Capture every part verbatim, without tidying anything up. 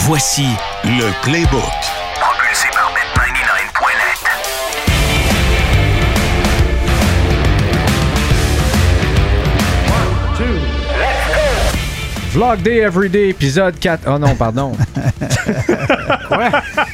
Voici le Playbook. Propulsé par Bet quatre-vingt-dix-neuf point net. Vlog Day Everyday, épisode quatre. Oh non, pardon. Quoi?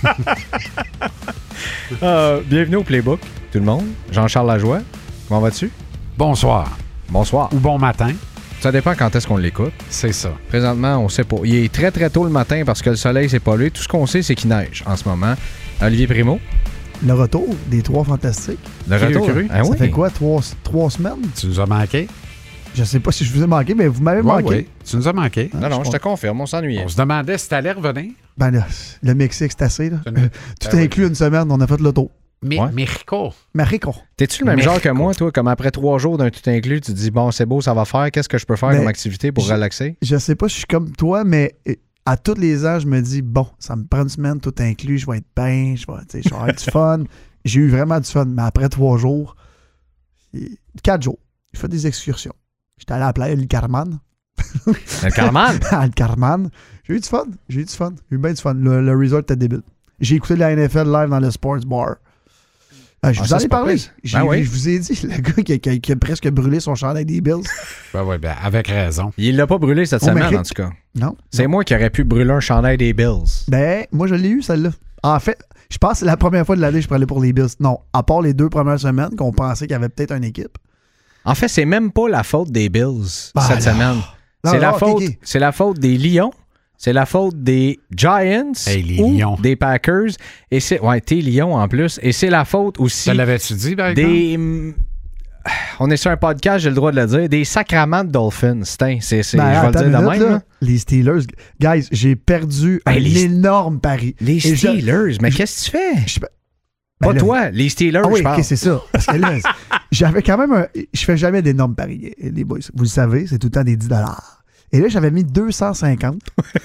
euh, bienvenue au Playbook, tout le monde. Jean-Charles Lajoie, comment vas-tu? Bonsoir. Bonsoir. Ou bon matin. Ça dépend quand est-ce qu'on l'écoute. C'est ça. Présentement, on sait pas. Il est très très tôt le matin parce que le soleil s'est pas levé. Tout ce qu'on sait, c'est qu'il neige en ce moment. Olivier Primo. Le retour des Trois Fantastiques. Le Cru, retour. cru. Ah, Ça oui. fait quoi, trois, trois semaines? Tu nous as manqué? Je sais pas si je vous ai manqué, mais vous m'avez Oui, manqué. oui. Tu nous as manqué. Non, non, je te confirme, on s'ennuyait. On se demandait si t'allais revenir. Ben là, le Mexique, c'est assez. Là. C'est une- Tout Ben oui. inclus une semaine, on a fait le tour. Mais, Ouais. mais Rico, Marico. T'es-tu le même Mais- genre que moi, toi? Comme après trois jours d'un tout inclus, tu te dis, bon, c'est beau, ça va faire. Qu'est-ce que je peux faire Mais comme activité pour je- relaxer? Je sais pas si je suis comme toi, mais euh, à tous les ans, je me dis, bon, ça me prend une semaine tout inclus, je vais être bien, je vais, tu sais, je vais avoir du fun. J'ai eu vraiment du fun, mais après trois jours, et- quatre jours, j'ai fait des excursions. J'étais allé à la playa, le Carman. Le Carman? À le Carman. J'ai eu du fun. J'ai eu du fun. J'ai eu bien du fun. Le, le resort était débile. J'ai écouté la N F L live dans le Sports Bar. Euh, je Ah, vous ça, en c'est ai pas parlé. pire. J'ai- Ben oui. Je vous ai dit, le gars qui a, qui a- qui a presque brûlé son chandail des Bills. ben oui, ben avec raison. Il l'a pas brûlé cette On semaine, mérite. en tout cas. Non. C'est moi qui aurais pu brûler un chandail des Bills. Ben, moi, je l'ai eu, celle-là. En fait, je pense que c'est la première fois de l'année que je peux aller pour les Bills. Non, à part les deux premières semaines qu'on pensait qu'il y avait peut-être une équipe. En fait, c'est même pas la faute des Bills Ben cette là. semaine. Non, C'est non, la ok, faute, ok. c'est la faute des Lions. C'est la faute des Giants Hey, les ou Lions. des Packers. Et c'est ouais, t'es Lions en plus. Et c'est la faute aussi Ça l'avais-tu dit, par exemple? des. hum, On est sur un podcast, j'ai le droit de le dire. Des sacraments de Dolphins. Tain, c'est, c'est, Ben, je vais le attends dire une de minute, même. là. là. Les Steelers. Guys, j'ai perdu Ben, un les- énorme pari. Les Et je- Steelers, mais je- qu'est-ce que tu fais? je- ben Pas là, toi, les Steelers, Ah oui, je parle. ok, c'est ça. Parce que là, j'avais quand même un. Je fais jamais d'énormes paris, les boys. Vous le savez, c'est tout le temps des dix dollars. Et là, j'avais mis deux cent cinquante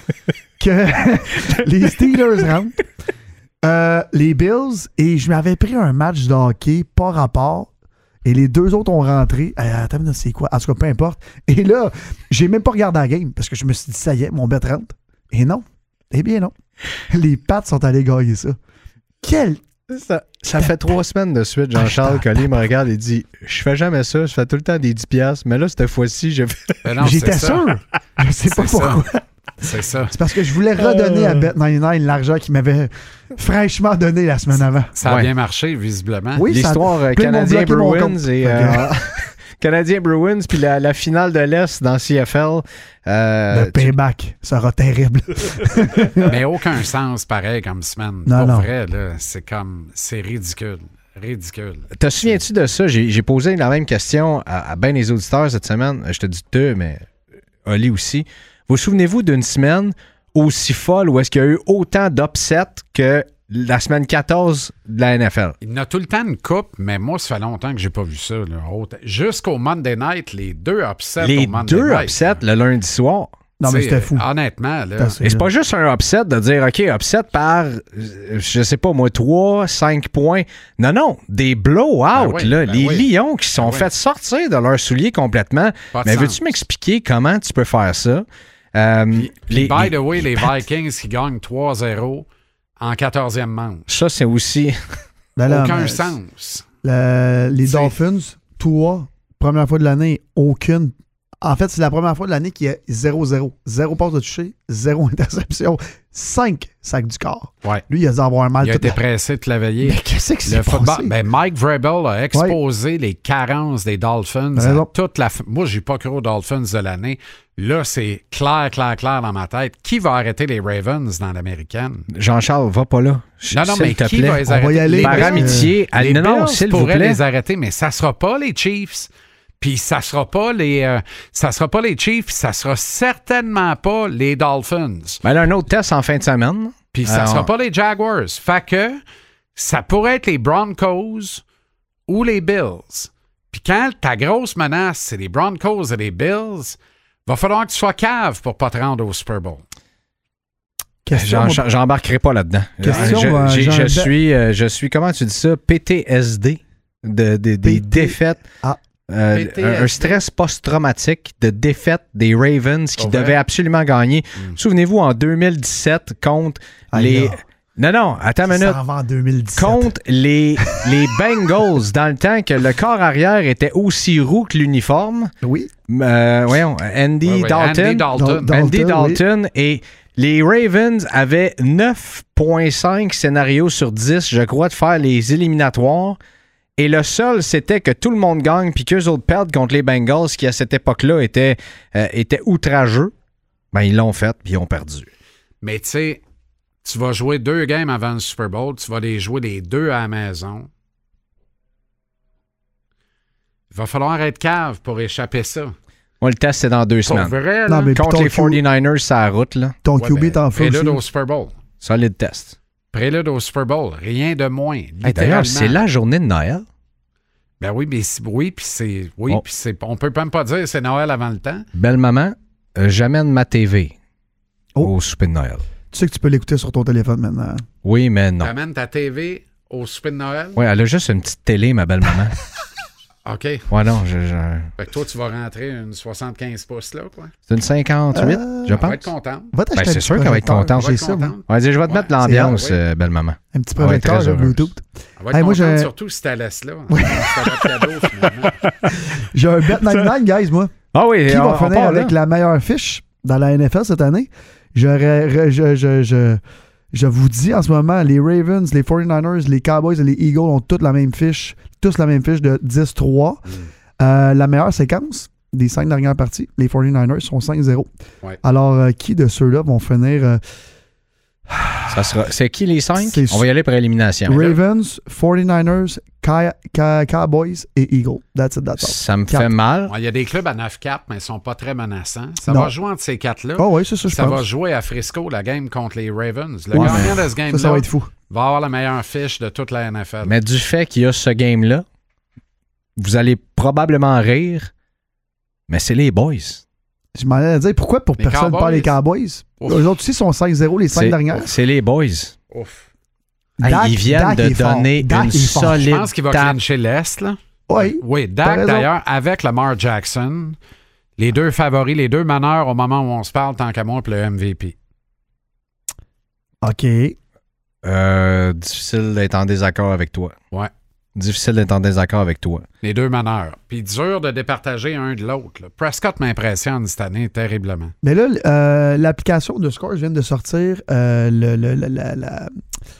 que les Steelers rentrent, euh, les Bills, et je m'avais pris un match de hockey, pas rapport. Et les deux autres ont rentré. Euh, attends, mais c'est quoi? En tout cas, peu importe. Et là, j'ai même pas regardé la game parce que je me suis dit, ça y est, mon bet rentre. Et non. Eh bien, non. Les Pats sont allés gagner ça. Quel. Ça, ça fait trois semaines de suite, Jean-Charles Collier me regarde et dit Je fais jamais ça, je fais tout le temps des dix piastres, mais là, cette fois-ci, j'ai fait. Ben non, J'étais c'est ça. sûr. Je sais pas C'est ça. pourquoi. C'est ça. C'est parce que je voulais redonner Euh. à Bet quatre-vingt-dix-neuf l'argent qu'il m'avait fraîchement donné la semaine avant. Ça a Ouais. bien marché, visiblement. Oui, ça- L'histoire euh, plein de monde Canadien bloqué mon Bruins compte. et. Fait que- euh, Canadien Bruins, puis la, la finale de l'Est dans C F L. euh, Le payback sera terrible. Mais aucun sens pareil comme semaine. Non, Pour non. vrai, là, c'est comme... C'est ridicule. Ridicule. Te souviens-tu de ça? J'ai, j'ai posé la même question à, à bien des auditeurs cette semaine. Je te dis te, mais Oli aussi. Vous souvenez-vous d'une semaine aussi folle où est-ce qu'il y a eu autant d'upsets que la semaine quatorze de la N F L? Il y en a tout le temps une coupe, mais moi, ça fait longtemps que j'ai pas vu ça. Là. Autant- Jusqu'au Monday Night, les deux upsets Les au Monday deux Night. upsets le lundi soir. Non, mais T'sais, c'était fou. Honnêtement, là, C'était assez. Et c'est pas juste un upset de dire, OK, upset par, euh, je sais pas moi, trois, cinq points. Non, non, des blow-out, Ben oui, là. ben les oui. Lions qui sont Ben fait sortir de leurs souliers complètement. pas de Mais sens. veux-tu m'expliquer comment tu peux faire ça? Euh, Puis, les- by les- the way, les Vikings qui gagnent trois zéro en quatorzième manche. Ça, c'est aussi... Ben là, Aucun mais sens. le- les C'est- Dolphins, toi, première fois de l'année, aucune. En fait, c'est la première fois de l'année qu'il y a zéro zéro. Zéro passe de toucher, zéro interception, cinq sacs du corps. Ouais. Lui, il a dû avoir mal Il a toute été la- pressé de la veiller. Mais qu'est-ce que c'est Le football, passé? ben Mike Vrabel a exposé les carences des Dolphins T'as raison. à toute la. f- Moi, j'ai pas cru aux Dolphins de l'année. Là, c'est clair, clair, clair dans ma tête. Qui va arrêter les Ravens dans l'américaine? Jean-Charles, va pas là. Non, non, S'il mais te qui plaît. va les On va arrêter? y aller. Les Par Bills- amitié. Les allez, non, non, Bills s'il vous pourraient plaît. les arrêter, mais ça sera pas les Chiefs. Puis ça sera pas les, euh, ça sera pas les Chiefs. Ça sera certainement pas les Dolphins. Ben là, un autre test en fin de semaine. Puis ça Euh, sera on- pas les Jaguars. Fait que ça pourrait être les Broncos ou les Bills. Puis quand ta grosse menace, c'est les Broncos et les Bills, va falloir que tu sois cave pour pas te rendre au Super Bowl. Question, J'en- J'embarquerai pas là-dedans. Question, je, euh, j'ai- Jean- je suis, euh, je suis, comment tu dis ça, P T S D de, de- des P T défaites. Ah. euh, P T S D. un stress post-traumatique de défaite des Ravens qui Au vrai? devaient absolument gagner. Mm. Souvenez-vous, en deux mille dix-sept, contre Ah, les... là. Non, non, attends une Ça minute. s'en va en deux mille dix-sept. Contre les, les Bengals, dans le temps que le corps arrière était aussi roux que l'uniforme. Oui. Euh, voyons, Andy Ouais, ouais, Dalton. Andy Dalton. Dal- Andy Dalton, Dalton. Et les Ravens avaient neuf virgule cinq scénarios sur dix, je crois, de faire les éliminatoires. Et le seul, c'était que tout le monde gagne puis qu'eux autres perdent contre les Bengals, qui à cette époque-là étaient, euh, étaient outrageux. Ben, ils l'ont fait puis ils ont perdu. Mais tu sais, tu vas jouer deux games avant le Super Bowl, tu vas les jouer les deux à la maison. Il va falloir être cave pour échapper ça. Moi, le test, c'est dans deux Pour semaines. vrai, là. Non, mais Contre ton les Q- forty-niners, c'est la route, là. Ton Ouais, Q B ben, t'en fait prélude aussi. au Super Bowl. Solide test. Prélude au Super Bowl. Rien de moins. Hey, d'ailleurs, littéralement. c'est la journée de Noël. Ben oui, mais c'est- oui, puis c'est. Oui, Oh. puis c'est. On peut même pas dire que c'est Noël avant le temps. Belle maman, euh, j'amène ma T V Oh. au souper de Noël. Tu sais que tu peux l'écouter sur ton téléphone maintenant. Oui, mais non. T'amènes ta T V au souper de Noël. Oui, elle a juste une petite télé, ma belle maman. OK. Ouais, non, je, je- Fait que toi, tu vas rentrer une soixante-quinze pouces là, quoi. c'est une cinquantahuit, Euh, je Elle va pense. être contente. Va t'acheter Ben, un c'est petit sûr qu'elle va être projecteur. contente. J'ai Elle va ça, être moi. contente. Ouais, je vais te Ouais, mettre l'ambiance, c'est euh, belle maman. Un petit Elle va être projecteur très de heureuse. Bluetooth. Elle va être Hey, moi, contente, j'ai- surtout si tu la laisses là. C'est un cadeau, finalement. J'ai un bet quatre-vingt-dix-neuf, guys, moi. Ah oui, Qui on, va on finir part là. avec la meilleure fiche dans la N F L cette année? J'aurais, je, je, je, je vous dis en ce moment, les Ravens, les forty-niners, les Cowboys et les Eagles ont toutes la même fiche, tous la même fiche de dix trois. Mm. Euh, la meilleure séquence des cinq dernières parties, les forty-niners sont cinq zéro. Ouais. Alors, euh, qui de ceux-là vont finir euh, Ça sera, c'est qui les cinq? C'est- On va y aller par élimination. Ravens, forty-niners, Coy- Coy- Cowboys et Eagles. That's it, that's all. Ça me Quatre. fait mal. Ouais, il y a des clubs à neuf quatre, mais ils sont pas très menaçants. Ça Non. va jouer entre ces quatre-là. Oh oui, c'est ça, je ça va pense. jouer à Frisco, la game contre les Ravens. Le Ouais, gagnant mais de ce Ça, game-là ça va être fou. va avoir la meilleure fiche de toute la N F L. Mais du fait qu'il y a ce game-là, vous allez probablement rire, mais c'est les boys. Je m'en allais dire, pourquoi pour Les personne Cowboys. pas les Cowboys? Ouf. Eux autres aussi sont cinq zéro les cinq C'est, dernières. c'est les boys. Ouf. Hey, Dak- ils viennent Dak de est fort. donner Dak une est fort. solide Je pense qu'il va tape. clencher l'Est, là. Oui. Oui, T'as Dak, raison. d'ailleurs, avec Lamar Jackson, les deux favoris, les deux meneurs au moment où on se parle, tant qu'à moi, pour le M V P. OK. Euh, difficile d'être en désaccord avec toi. Ouais. Difficile d'être en désaccord avec toi. Les deux meneurs. Puis dur de départager un de l'autre. là. Prescott m'impressionne cette année terriblement. Mais là, euh, l'application de Scores vient de sortir euh, le, le, le- la- la-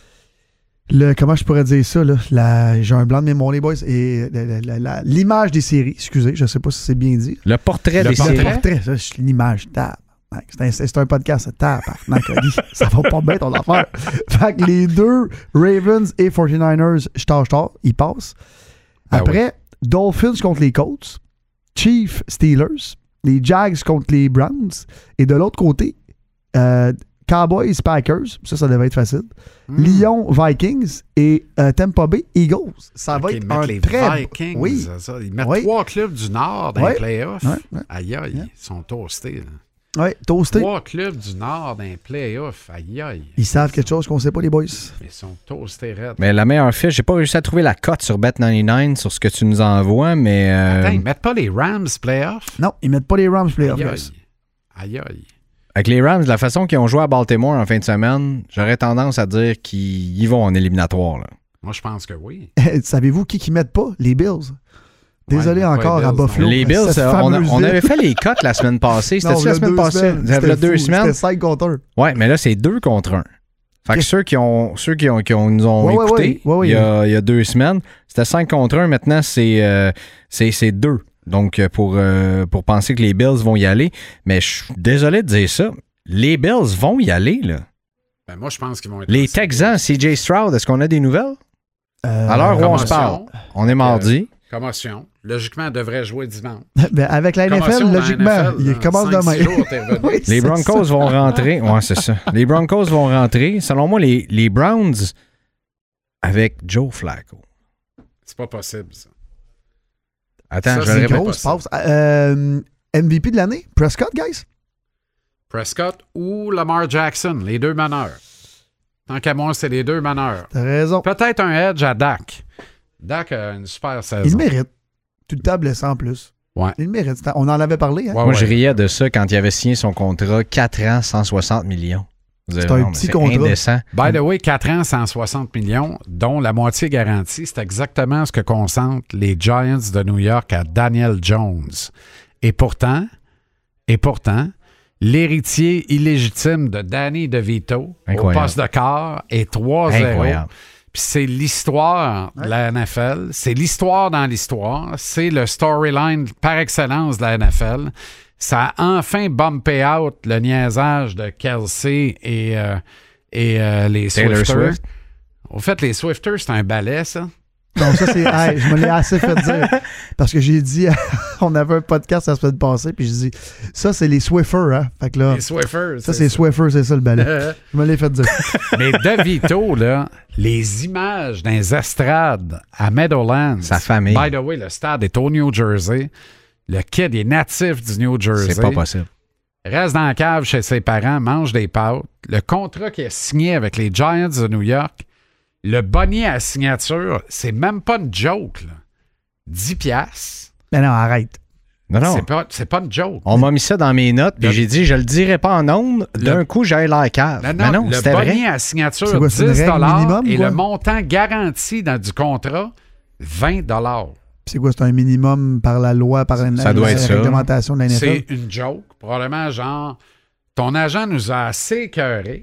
le- comment je pourrais dire ça, là? La- j'ai un blanc de mémoire, les boys. Et la- la- la- la- l'image des séries, excusez, je sais pas si c'est bien dit. Le portrait Le des portrait. séries. Le portrait, ça, c'est l'image. Tab. C'est un, c'est un podcast, tabarnak, Oli. Ça va pas bien ton affaire. Fait que les deux, Ravens et forty-niners, je tard, je tard, ils passent. Ben Après, Dolphins contre les Colts, Chiefs, Steelers, les Jags contre les Browns, et de l'autre côté, euh, Cowboys, Packers, ça, ça devait être facile. Hmm. Lyon, Vikings et euh, Tampa Bay, Eagles. Ça va Ok, être ils mettent un les très... Vikings. Oui. ça, ça. Ils mettent Oui. trois clubs du Nord dans Ouais. les playoffs. Ouais, ouais. Aïe, aïe, Yeah. ils sont toastés. là. Ouais, toasté. Trois clubs du Nord dans les playoffs. Aïe, aïe. Ils savent quelque chose qu'on sait pas, les boys. Ils sont toastés raides. Mais la meilleure fiche, j'ai pas réussi à trouver la cote sur Bet quatre-vingt-dix-neuf sur ce que tu nous envoies, mais euh, Attends, ils mettent pas les Rams playoffs? Non, ils mettent pas les Rams playoffs. Aïe, guys. aïe. Aïe, aïe. avec les Rams, de la façon qu'ils ont joué à Baltimore en fin de semaine, j'aurais tendance à dire qu'ils y vont en éliminatoire. Là. Moi, je pense que oui. Savez-vous qui qui mettent pas? Les Bills. Désolé Ouais, ils mettent pas encore les à Bills, non. Buffalo. Les Bills, Cette euh, on, a- fameuse on ville. avait fait les cotes la semaine passée. Non, C'était-tu la il y a semaine deux passée? semaines. Vous avez C'était deux fou. semaines? C'était cinq contre un. Ouais, mais là, c'est deux contre un. Fait que Ok. ceux qui, ont, ceux qui, ont, qui ont- nous ont Ouais, ouais, écoutés ouais, ouais, il, y a, il y a deux semaines, c'était cinq contre un. Maintenant, c'est euh, c'est c'est deux. Donc, euh, pour, euh, pour penser que les Bills vont y aller. Mais je suis désolé de dire ça. Les Bills vont y aller, là. Ben, moi, je pense qu'ils vont être. Les lancés. Texans, C J Stroud, est-ce qu'on a des nouvelles? Euh, À l'heure où on se commotion. parle, on est mardi. Commotion. Logiquement, elle devrait jouer dimanche. ben, avec la N F Commotion L, dans la logiquement, N F L, il là, commence cinq, six demain. jours, t'es revenu. Oui, Les c'est Broncos ça. vont rentrer. Ouais, c'est ça. Les Broncos vont rentrer. Selon moi, les, les Browns avec Joe Flacco. C'est pas possible, ça. Attends, Ça, je c'est vais le C'est répéter. grosse passe. Euh, M V P de l'année? Prescott, guys? Prescott ou Lamar Jackson, les deux meneurs. Tant qu'à moi, c'est les deux meneurs. T'as raison. Peut-être un edge à Dak. Dak a une super saison. Il le mérite. tout le temps blessé en plus. Ouais. Il le mérite. On en avait parlé. Hein? Ouais, Moi, je ouais. riais de ça quand il avait signé son contrat, quatre ans, cent soixante millions. Vous avez C'est un raison, petit c'est contrat. indécent. By the way, quatre ans, cent soixante millions, dont la moitié garantie. C'est exactement ce que consentent les Giants de New York à Daniel Jones. Et pourtant, et pourtant, l'héritier illégitime de Danny DeVito Incroyable. au poste de quart est trois zéro. Incroyable. Puis c'est l'histoire de la N F L. C'est l'histoire dans l'histoire. C'est le storyline par excellence de la N F L. Ça a enfin bumpé out le niaisage de Kelsey et, euh, et euh, les Taylor Swifters. Swift. Au fait, les Swifters, c'est un ballet, ça. Donc ça, c'est... hey, je me l'ai assez fait dire. Parce que j'ai dit... on avait un podcast la semaine passée, puis je dis... Ça, c'est les Swifters, hein? Fait que là... Les Swifters. Ça, c'est Swifters, c'est ça le ballet. Euh, Je me l'ai fait dire. Mais DeVito, là, les images dans les estrades à Meadowlands. Sa famille. By the way, le stade est au New Jersey. Le kid est natif du New Jersey. C'est pas possible. Reste dans la cave chez ses parents, mange des pâtes. Le contrat qu'il a signé avec les Giants de New York, le bonnier à signature, c'est même pas une joke, là. dix piastres. Mais non, arrête. Non, non. C'est pas, c'est pas une joke. On m'a mis ça dans mes notes, puis Le- j'ai dit, je le dirai pas en ondes. D'un Le- coup, j'ai l'air cave. Non, non, Mais non, le c'était bonnier vrai. à signature, C'est quoi, c'est une dix règle minimum, et quoi? le montant garanti dans, du contrat, vingt C'est quoi, c'est un minimum par la loi, par la, Ça doit la être ça. réglementation de la N F L? C'est une joke. Probablement, genre, ton agent nous a assez écœurés.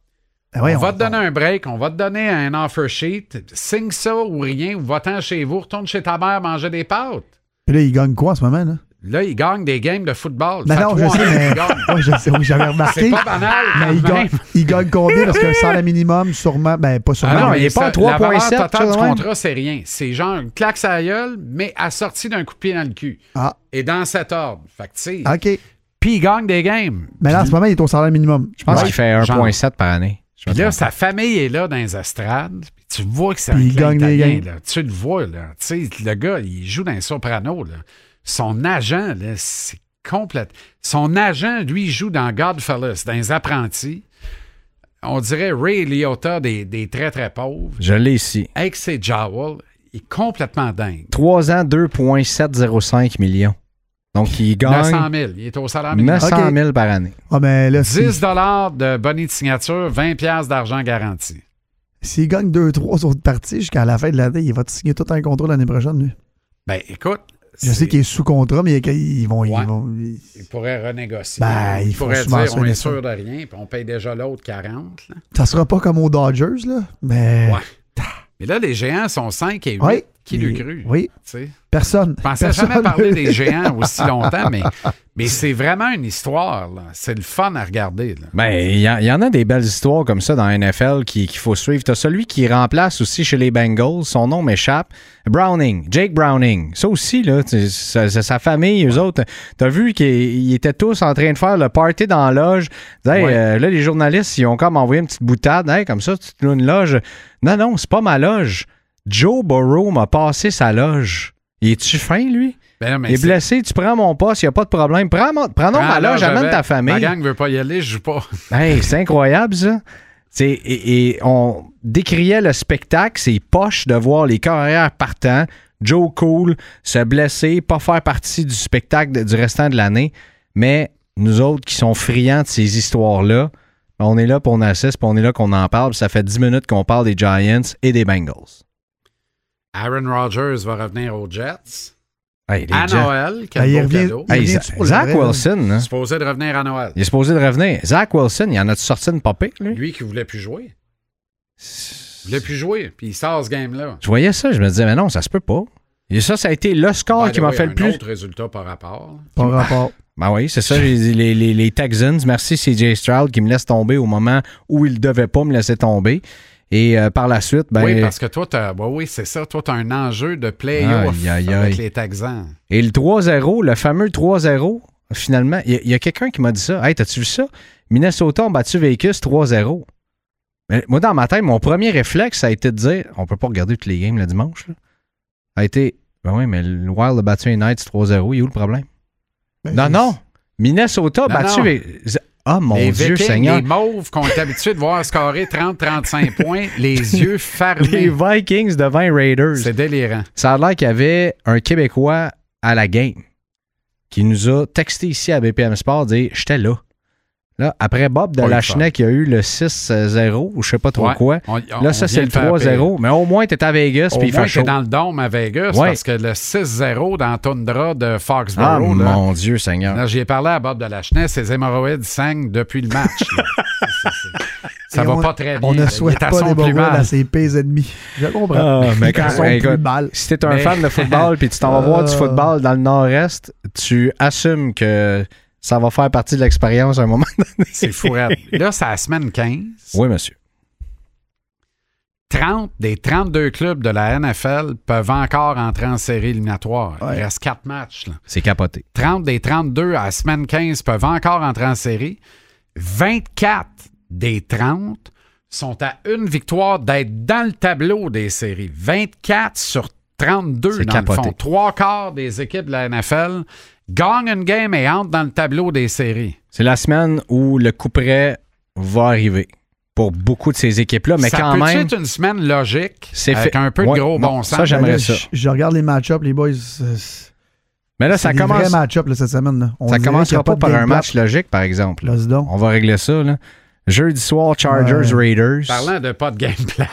Ah ouais, on va te donner un break, on va te donner un offer sheet. Signe ça ou rien, ou va-t'en chez vous, retourne chez ta mère manger des pâtes. Puis là, il gagne quoi en ce moment, là? Là, il gagne des games de football. Ben Ça non, fait je trois sais, ans mais... qu'il gagne. Ouais, je sais, oui, j'avais remarqué. C'est pas banal. Mais quand il gagne, même. il gagne combien? Parce qu'un salaire minimum, sûrement... Ben, pas sûrement. Ah non, mais il est ça- pas à trois La virgule valeur sept, totale ça, du de même. contrat, c'est rien. C'est genre une claque à la gueule, mais assorti d'un coup de pied dans le cul. Ah, Et dans cet ordre. Fait que, tu sais, OK. puis il gagne des games. Mais là, en ce moment, il est au salaire minimum. Je pense Ouais, qu'il fait un genre. virgule sept par année. Je me Puis là, trompe. sa famille est là dans les estrades. Puis tu vois que c'est un Puis il clan gagne des italien, games. là. Tu le vois, là. Tu sais, le gars, il joue dans les sopranos, là. Son agent, là, c'est complète. Son agent, lui, joue dans Godfellas, dans les apprentis. On dirait Ray Liotta des, des très, très pauvres. Je l'ai ici. Avec ses jowls, il est complètement dingue. Trois ans, deux virgule sept zéro cinq millions. Donc, il neuf cent gagne mille. Il est au salaire minimum. neuf cent mille par année. Ah, mais là, s'il dix dollars de bonnet de signature, vingt piastres d'argent garanti. s'il gagne deux, trois autres parties jusqu'à la fin de l'année, il va te signer tout un contrat l'année prochaine, lui. Ben, écoute. Je sais c'est- qu'il est sous contrat, mais ils vont... Ouais. Ils vont ils- Il pourrait renégocier. Ben, il il faut pourrait souvent dire on est mentionner sûr ça. de rien, puis on paye déjà l'autre quarante. Là. Ça sera pas comme aux Dodgers, là, mais... Ouais. Mais là, les géants sont cinq et huit. Oui. Qui l'eût Et- cru? Oui, Tu sais? personne. Je pensais Personne jamais parler ne- des géants aussi longtemps, mais, mais c'est vraiment une histoire. Là. C'est le fun à regarder. Là. Ben, il y, en- il y en a des belles histoires comme ça dans la N F L qui- qu'il faut suivre. T'as celui qui remplace aussi chez les Bengals. Son nom m'échappe. Browning. Jake Browning. Ça aussi, là, c'est sa, sa- sa famille, eux autres. T'as vu qu'ils ils étaient tous en train de faire le party dans la loge. Hey, Ouais. euh, là, les journalistes, ils ont comme envoyé une petite boutade. Hey, comme ça, tu te loues une loge. Non, non, c'est pas ma loge. Joe Burrow m'a passé sa loge. Il est-tu fin, lui? Ben non, mais Il est c'est- blessé, tu prends mon poste, il n'y a pas de problème. Prends, mon, prends donc Prends ma la loge, amène avec. ta famille. Ma gang veut pas y aller, je joue pas. Hey, c'est incroyable, ça. T'sais, et, et on décriait le spectacle, c'est poche de voir les carrières partant, Joe Cool se blesser, pas faire partie du spectacle de- du restant de l'année. Mais nous autres qui sont friands de ces histoires-là, on est là pour on assiste, puis on est là qu'on en parle. Puis ça fait dix minutes qu'on parle des Giants et des Bengals. Aaron Rodgers va revenir aux Jets. Hey, les À Jets. Noël, quel Ah, il beau revient- cadeau. il Hey, revient Zach pour le Zach vrai, là. Wilson, hein, Supposé de revenir à Noël. il est supposé de revenir. Zach Wilson, il en a-tu sorti une pas pire, lui? Lui qui voulait plus jouer. Il voulait plus jouer, puis il sort ce game-là. Je voyais ça, je me disais, mais non, ça se peut pas. Et ça, ça a été le score By the qui m'a way, fait le un plus. autre résultat par rapport. Par rapport. Ben oui, c'est ça, j'ai dit, les, les, les Texans. Merci C J Stroud qui me laisse tomber au moment où il ne devait pas me laisser tomber. Et euh, par la suite, ben. Oui, parce que toi, t'as, bah oui, c'est ça. Toi, tu as un enjeu de playoff Aïe, aïe, aïe. avec les Texans. Et le trois zéro, le fameux trois zéro, finalement, il y, a- il y a quelqu'un qui m'a dit ça. Hey, t'as-tu vu ça? Minnesota ont battu Vegas trois zéro. Mais moi, dans ma tête, mon premier réflexe, ça a été de dire on peut pas regarder toutes les games le dimanche. Là. Ça a été ben oui, mais le Wild a battu les Knights trois zéro. Il est où le problème? Ben, non, c'est- non. Minnesota a Non, battu. non. Vegas. Ah, mon les Dieu Vikings, Seigneur. les Mauves qu'on est habitués de voir scorer trente à trente-cinq points, les yeux fermés. Les Vikings devant les Raiders. C'est délirant. Ça a l'air qu'il y avait un Québécois à la game qui nous a texté ici à B P M Sport dire « J'étais là ». Là, après Bob de Pas Lachenay qui a eu le six zéro ou je sais pas trop Ouais. quoi. On- on- Là, ça, on c'est vient le de faire trois zéro. Mais au moins, tu es à Vegas Au puis il moins, fait chaud. t'es dans le dôme à Vegas Ouais. parce que le six zéro dans la toundra de Ah, Foxborough, là, mon Dieu Seigneur. là, j'y ai parlé à Bob de Lachenay, ses hémorroïdes saignent depuis le match. là. C'est- c'est- c'est- ça Et va on- pas très bien. On ne là. souhaite Il est à pas son des plus bonbons mal. à ses pires ennemis. Je comprends. Ah, mais quand, Ils sont hey, plus écoute, mal. si t'es un Mais- fan de football puis tu t'en vas voir du Euh. football dans le nord-est, tu assumes que ça va faire partie de l'expérience à un moment donné. C'est fou. raide. Là, c'est la semaine quinze. Oui, monsieur. trente des trente-deux clubs de la N F L peuvent encore entrer en série éliminatoire. Ouais. Il reste quatre matchs. Là. C'est capoté. trente des trente-deux à la semaine quinze peuvent encore entrer en série. vingt-quatre des trente sont à une victoire d'être dans le tableau des séries. vingt-quatre sur trente-deux, C'est dans le capoté. fond. Trois quarts des équipes de la N F L gagnent une game et entrent dans le tableau des séries. C'est la semaine où le coup près va arriver pour beaucoup de ces équipes-là, mais ça quand peut même, être une semaine logique c'est avec fait. un peu Ouais, de gros non, bon ça, sens. j'aimerais Ben là, ça. Je, je regarde les match-ups, les boys. C'est mais là, c'est ça des commence. vrais match-ups là, cette semaine. Là. On Ça dirait qu'il y commencera a pas de par un game match plan. logique, par exemple. Là, dis donc. On va régler ça. Là. Jeudi soir, Chargers, Ouais. Raiders. Parlant de pas de game plan.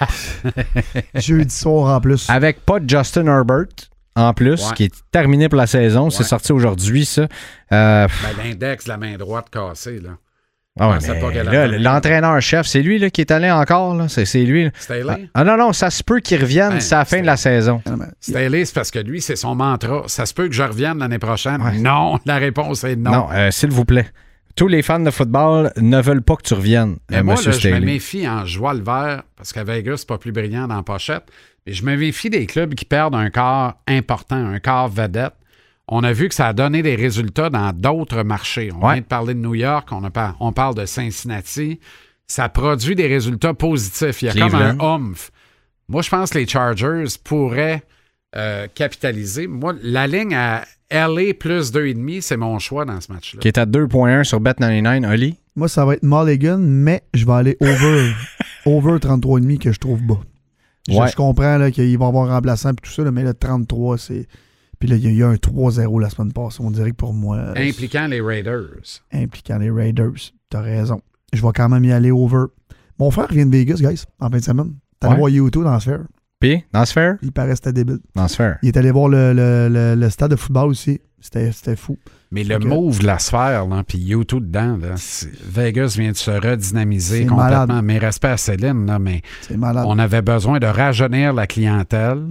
Jeudi soir en plus. Avec pas de Justin Herbert en plus, Ouais. qui est terminé pour la saison. C'est Ouais. sorti aujourd'hui, ça. Euh, Ben, l'index de la main droite cassée, là. ah ouais, Je pensais mais pas qu'elle là, avait- l'entraîneur-chef, c'est lui là, qui est allé encore. Là. C'est, c'est lui. Là. Ah, Staley? ah non, non, ça se peut qu'il revienne Ben, c'est à la fin c'est- de la saison. Ah, mais- Staley, c'est parce que lui, c'est son mantra. Ça se peut que je revienne l'année prochaine. Ouais. Non, la réponse est non. Non, euh, s'il vous plaît. Tous les fans de football ne veulent pas que tu reviennes, Mais euh, moi, Monsieur là, je me Staley. méfie en joie le vert, parce qu'à Vegas, c'est pas plus brillant dans la pochette. Mais je me méfie des clubs qui perdent un quart important, un quart vedette. On a vu que ça a donné des résultats dans d'autres marchés. On Ouais. vient de parler de New York, on, a par- on parle de Cincinnati. Ça produit des résultats positifs. Il y a Cleveland. comme un oomph. Moi, je pense que les Chargers pourraient euh, capitaliser. Moi, la ligne à L A plus deux virgule cinq, c'est mon choix dans ce match-là. Qui est à deux virgule un sur Bet quatre-vingt-dix-neuf, Oli. Moi, ça va être Mulligan, mais je vais aller over, over trente-trois virgule cinq que je trouve bas. Je, Ouais. je comprends là, qu'il va y avoir un remplaçant et tout ça, là, mais le trente-trois, c'est. Puis là, il y a eu un trois zéro la semaine passée. On dirait que pour moi, euh, Impliquant les Raiders. impliquant les Raiders, t'as raison. Je vais quand même y aller over. Mon frère vient de Vegas, guys, en fin de semaine. T'as allé Ouais. voir YouTube dans la sphère. Puis, dans ce faire? Il paraît que c'était débile. Dans ce faire. Il est allé voir le, le, le, le stade de football aussi. C'était, c'était fou. Mais le Ok. move de la sphère, là, puis YouTube dedans, là, c'est- Vegas vient de se redynamiser C'est complètement. malade. Mes respects à Céline, là, mais C'est malade. on avait besoin de rajeunir la clientèle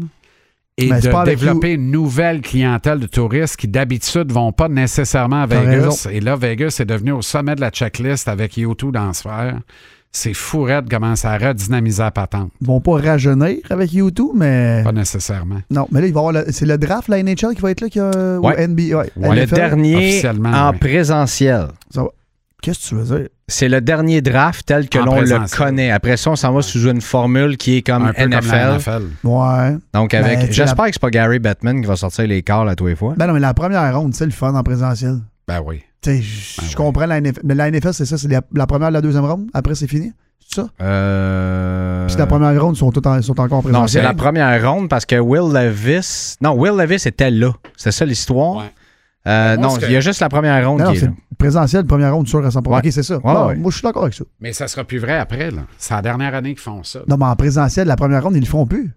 et Mais c'est pas de avec développer une nouvelle clientèle de touristes qui d'habitude vont pas nécessairement à T'as Vegas. raison. Et là, Vegas est devenu au sommet de la checklist avec YouTube dans la sphère. C'est fou raide comment ça a redynamisé la patente. Ils vont pas rajeunir avec YouTube, mais. Pas nécessairement. Non, mais là, il va y avoir le- c'est le draft, la N H L qui va être là, qui a, Ouais. ou N B A. Ouais, Le N F L. dernier officiellement, en oui. présentiel. Ça va. Qu'est-ce que tu veux dire? C'est le dernier draft tel que En l'on le présentiel. connaît. Après ça, on s'en va sous une formule qui est comme Un peu N F comme la L. N F L. Ouais. Donc, Ben, avec. tu sais, J'espère la- que c'est pas Gary Bettman qui va sortir les calls à tous les fois. Ben non, mais la première ronde, c'est le fun en présentiel. Ben oui. Tu sais, je Ben je ouais. comprends la N F L. Mais la N F L, c'est ça, c'est la, la première et la deuxième ronde. Après, c'est fini. C'est ça? Euh... Puis la première ronde, ils sont, tous en- sont encore en présentiel. Non, c'est la première ronde parce que Will Levis. Non, Will Levis était là. C'est ça l'histoire. Ouais. Euh, Moi, non, ce que- il y a juste la première ronde Non, non, qui est c'est là. présentiel, première ronde, sûr à cent pour cent. Ouais. OK, c'est ça. Ouais, Non, ouais. Moi, je suis d'accord avec ça. Mais ça sera plus vrai après. Là. C'est la dernière année qu'ils font ça. Non, mais en présentiel, la première ronde, ils le font plus.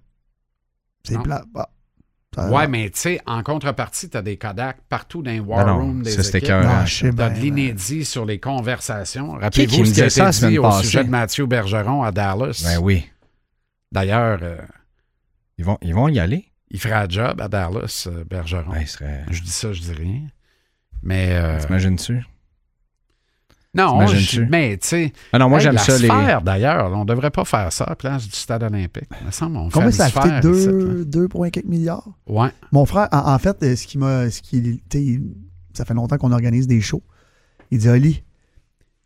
C'est Non. plat. Bah, ça- Ouais, mais tu sais, en contrepartie, tu as des Kodak partout dans les war Non, non, rooms des ça, c'était équipes. écœurant. Ah, je sais Tu as bien, de l'inédit sur les conversations. qui Rappelez-vous me ce qui a disait ça la été semaine dit au passée? sujet de Mathieu Bergeron à Dallas. Ben oui. D'ailleurs, euh, Ils vont, ils vont y aller. il fera un job à Dallas, euh, Bergeron. Ouais, il serait... Je dis ça, je dis rien. Mais euh, T'imagines-tu? non, t'imagines-tu? je- mais tu sais, Ah non, moi, hey, j'aime la ça. Les... sphère, d'ailleurs, on devrait pas faire ça à la place du stade olympique. Il me semble on Combien fait ça a une coûté? sphère deux ici, deux virgule quelques milliards? là. Ouais. Mon frère, en, en fait, euh, ce qui m'a. Ce qui, tu sais, ça fait longtemps qu'on organise des shows. Il dit, Oli,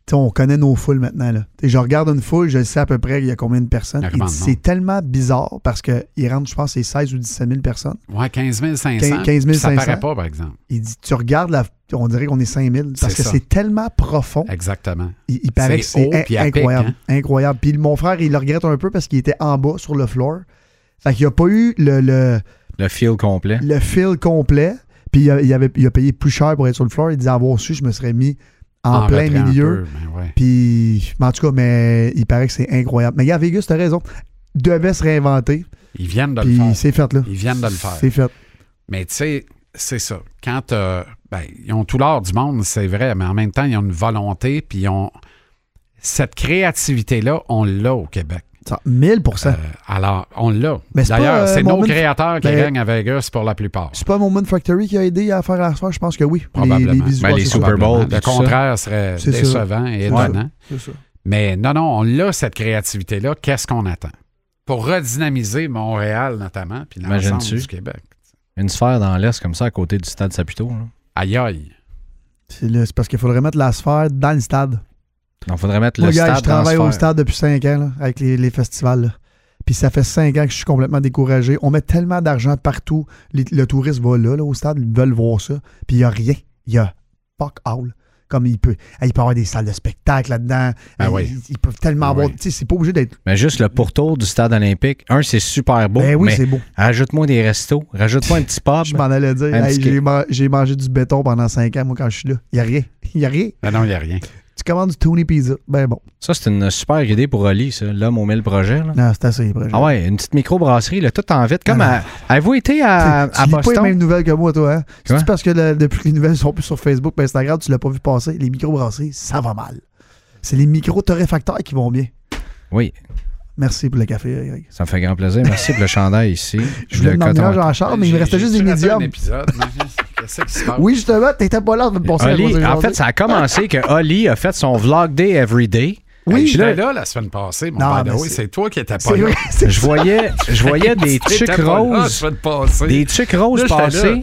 T'sais, on connaît nos foules maintenant. Là. Je regarde une foule, je sais à peu près il y a combien de personnes. Il dit, c'est tellement bizarre parce qu'il rentre, je pense, c'est seize ou dix-sept mille personnes. Ouais, quinze mille cinq cents. quinze mille cinq cents. Ça paraît pas, par exemple. Il dit, tu regardes, la, on dirait qu'on est cinq mille parce c'est que ça. C'est tellement profond. Exactement. Il, il paraît c'est que c'est in- incroyable. Pique, hein? Incroyable. Puis mon frère, il le regrette un peu parce qu'il était en bas sur le floor. Fait qu'il n'a pas eu le... Le, le feel complet. Le feel complet. Puis il a, il, avait, il a payé plus cher pour être sur le floor. Il disait, avoir su, je me serais mis... en, en plein milieu. Ben ouais. Puis, en tout cas, mais il paraît que c'est incroyable. Mais gars, Vegas, t'as raison. Devait se réinventer. Ils viennent de le faire. C'est fait, là. Ils viennent de le faire. C'est fait. Mais tu sais, c'est ça. Quand euh, ben, ils ont tout l'art du monde, c'est vrai, mais en même temps, ils ont une volonté, puis ils ont cette créativité-là, on l'a au Québec. mille pour cent. Euh, alors, on l'a. Mais c'est D'ailleurs, pas, euh, c'est nos Moment... créateurs qui ben, règnent à Vegas pour la plupart. C'est pas Moment Factory qui a aidé à faire la soirée? Je pense que oui. Probablement. Les, les, visuels, ben, les Super Bowl. Le contraire ça. serait c'est décevant ça. Et étonnant. Ouais, c'est ça. Mais non, non, on a cette créativité-là. Qu'est-ce qu'on attend? Pour redynamiser Montréal, notamment, puis l'ensemble du Québec. Une sphère dans l'Est comme ça, à côté du stade Saputo. Là. Aïe aïe. C'est, le, c'est parce qu'il faudrait mettre la sphère dans le stade. Il faudrait mettre Moi, le gars, stade je travaille dans au stade depuis cinq ans là, avec les, les festivals. Là. Puis ça fait cinq ans que je suis complètement découragé. On met tellement d'argent partout. Les, le touriste va là, là, au stade, ils veulent voir ça. Puis il n'y a rien. Il y a fuck all. Comme il peut. Il peut y avoir des salles de spectacle là-dedans. Ah oui. Ils, ils peuvent tellement ah avoir. Oui. Tu sais, c'est pas obligé d'être. Mais juste le pourtour du stade olympique, un, c'est super beau. Ben oui, mais c'est beau. Rajoute-moi des restos. Rajoute-moi un petit pub. Je m'en allais dire. Hey, j'ai, ma- j'ai mangé du béton pendant cinq ans, moi, quand je suis là. Il n'y a rien. Il n'y a rien. Ah non, il n'y a rien. Tu commandes du Tony Pizza. Ben bon. Ça, c'est une super idée pour Oli, ça. L'homme au mille projets. Là. Non, c'est assez projet. Ah ouais, une petite microbrasserie, là, tout en vite. Comme à, avez-vous été à, tu à lis Boston? pas les mêmes nouvelles que moi, toi, hein? Quoi? C'est parce que le, depuis que les nouvelles sont plus sur Facebook et Instagram, tu l'as pas vu passer. Les microbrasseries, ça va mal. C'est les micro-torréfacteurs qui vont bien. Oui. Merci pour le café, Greg. Ça me fait grand plaisir. Merci pour le chandail ici. Je voulais m'emmener en char, mais il me restait juste des médiums. Qu'est-ce qui se passe? Oui, justement, t'étais pas là de me penser Oli, à en fait, ça a commencé que Oli a fait son Vlog Day Everyday. Oui, hey, j'étais là la semaine passée, mon père. Oui, c'est toi qui étais pas là. Je voyais, je voyais des tucs roses. Des tucs roses passer.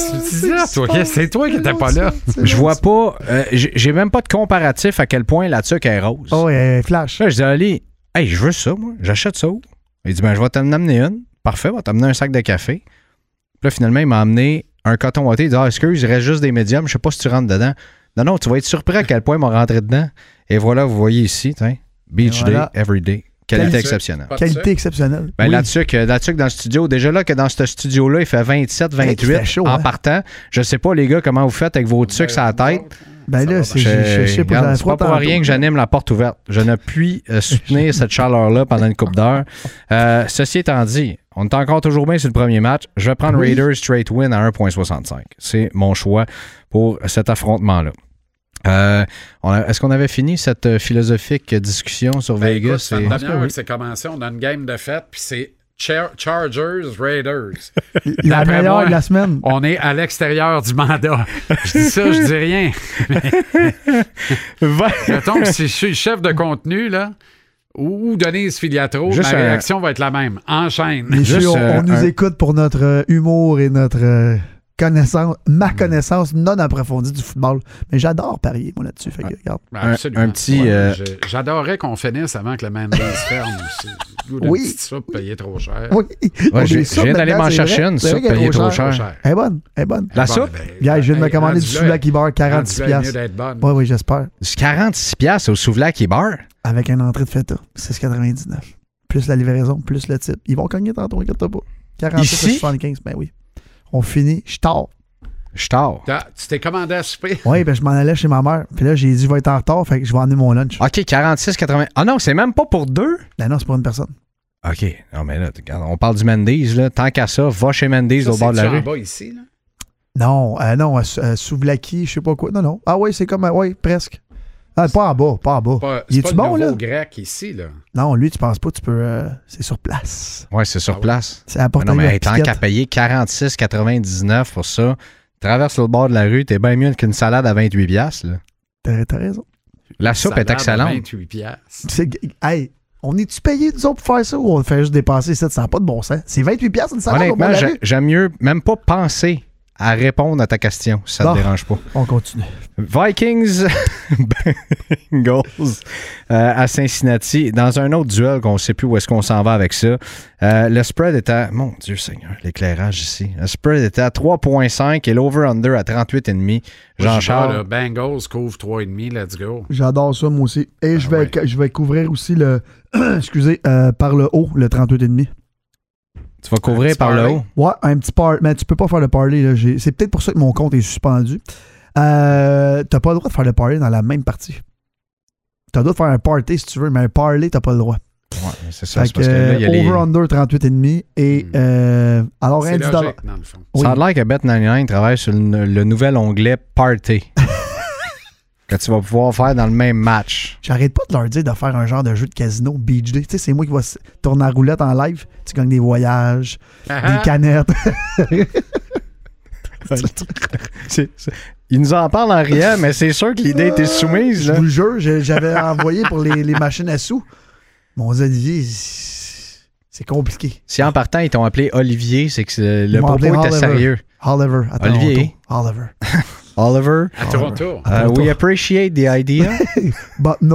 C'est toi qui étais pas là. Je vois pas. Euh, j'ai même pas de comparatif à quel point la tuque est rose. Oh, ouais, flash. Là, je dis à Oli, hey, je veux ça, moi. J'achète ça où? Il dit, ben, je vais t'en amener une. Parfait, je vais t'amener un sac de café. Puis là, finalement, il m'a amené un coton ouaté. Il dit, ah, excuse, il reste juste des médiums. Je sais pas si tu rentres dedans. Non, non, tu vas être surpris à quel point ils m'ont rentré dedans. Et voilà, vous voyez ici, tiens, Beach voilà. Day, Everyday. Qualité exceptionnelle. Qualité exceptionnelle. Ben, oui. La tuque, la tuque dans le studio. Déjà là, que dans ce studio-là, il fait vingt-sept, vingt-huit hey, chaud, en hein? partant. Je sais pas, les gars, comment vous faites avec vos tucs à la tête. Ben là, c'est, je, je sais pas. Regarde, c'est pas pour rien que j'anime la porte ouverte. Je ne puis euh, soutenir cette chaleur-là pendant une couple d'heures. Euh, ceci étant dit, on est encore toujours bien sur le premier match. Je vais prendre oui. Raiders straight win à un virgule soixante-cinq. C'est mon choix pour cet affrontement-là. Euh, on a, est-ce qu'on avait fini cette euh, philosophique discussion sur ben, Vegas? C'est une demi-heure que c'est commencé. On a une game de fête, puis c'est Char- Chargers, Raiders. La meilleure de la semaine. On est à l'extérieur du mandat. Je dis ça, je dis rien. Mettons que si je suis chef de contenu, là, ou Denise Filiatro, juste ma un... réaction va être la même. Enchaîne. Juste, on, euh, on nous un... écoute pour notre euh, humour et notre... Euh... connaissance, ma connaissance non approfondie du football. Mais j'adore parier, moi, là-dessus. Fait que, regarde. Un, un petit... Ouais, euh... J'adorais qu'on finisse avant que le Mendes ferme aussi. Oui. Une petite soupe payée trop cher. Oui. Ouais, je viens d'aller m'en chercher une soupe payée trop cher. cher. Elle est bonne. Elle est bonne. La bon, soupe? Ben, Gars, je viens de me commander du souvlaki bar, quarante-six piastres. Oui, oui, j'espère. quarante-six piastres au souvlaki bar? Avec une entrée de feta. six quatre-vingt-dix-neuf. Plus la livraison, plus le type. Ils vont cogner tantôt, inquiète pas. quarante-six à soixante-quinze, ben oui. On finit. Je tard. Je tard. Tu t'es commandé à souper? Oui, ben je m'en allais chez ma mère. Puis là, j'ai dit, je vais être en retard, fait que je vais emmener mon lunch. OK, quarante-six quatre-vingts. Ah non, c'est même pas pour deux? Ben non, c'est pour une personne. OK. Non, mais là, on parle du Mendes, là. Tant qu'à ça, va chez Mendes au bord de la rue. En bas ici, là? Non, euh, non, à, à Souvlaki, je sais pas quoi. Non, non. Ah oui, c'est comme, euh, oui, presque. Ah, pas en bas, pas en bas. Pas, Il c'est est-tu pas bon, le là? grec ici, là. Non, lui, tu penses pas, tu peux... Euh, c'est sur place. Oui, c'est sur ah, place. C'est à porter Non, mais tant qu'à payer quarante-six quatre-vingt-dix-neuf pour ça, traverse le bord de la rue, t'es bien mieux qu'une salade à vingt-huit piastres, là. T'as, t'as raison. La soupe salade est excellente. À vingt-huit piastres. C'est, hey, on est-tu payé, nous autres, pour faire ça ou on fait juste dépasser ça? Ça n'a pas de bon sens. C'est vingt-huit piastres une salade honnêtement, au bord de la rue? J'aime mieux même pas penser à répondre à ta question, si ça Bon. te dérange pas. On continue. Vikings Bengals euh, à Cincinnati. Dans un autre duel qu'on ne sait plus où est-ce qu'on s'en va avec ça. Euh, le spread était à... Mon Dieu Seigneur, l'éclairage ici. Le spread était à trois virgule cinq et l'over-under à trente-huit virgule cinq. Jean-Charles. Le Bengals couvre trois virgule cinq, let's go. J'adore ça, moi aussi. Et Ah je, vais, ouais. je vais couvrir aussi le. excusez, euh, par le haut, le trente-huit virgule cinq. Tu vas couvrir petit par le parlay. haut. Ouais, un petit parlay. Mais tu peux pas faire le parlay. Là. J'ai- C'est peut-être pour ça que mon compte est suspendu. Euh, t'as pas le droit de faire le parlay dans la même partie. T'as le droit de faire un party si tu veux, mais un parlay, t'as pas le droit. Ouais, c'est ça. Fait C'est parce que là, il y a que, les... over-under trente-huit virgule cinq et Hmm. euh, alors C'est un dix dollars. logique, dans le fond. Oui. Ça a l'air que Bet quatre-vingt-dix-neuf travaille sur le, le nouvel onglet Party. que tu vas pouvoir faire dans le même match. J'arrête pas de leur dire de faire un genre de jeu de casino Beach Day. Tu sais, c'est moi qui va s- tourner la roulette en live. Tu gagnes des voyages, Ah, des canettes. C'est- c'est- Il nous en parle en riant, mais c'est sûr que l'idée était soumise. Je Là. vous le jure, j'ai- j'avais envoyé pour les, les machines à sous. Mon Olivier, c'est compliqué. Si en partant, ils t'ont appelé Olivier, c'est que c'est- Ils le m'ont propos appelé était Oliver. sérieux. Oliver, à Toronto. Olivier. Oliver. Oliver, À Toronto. À uh, Toronto. we appreciate the idea. But no.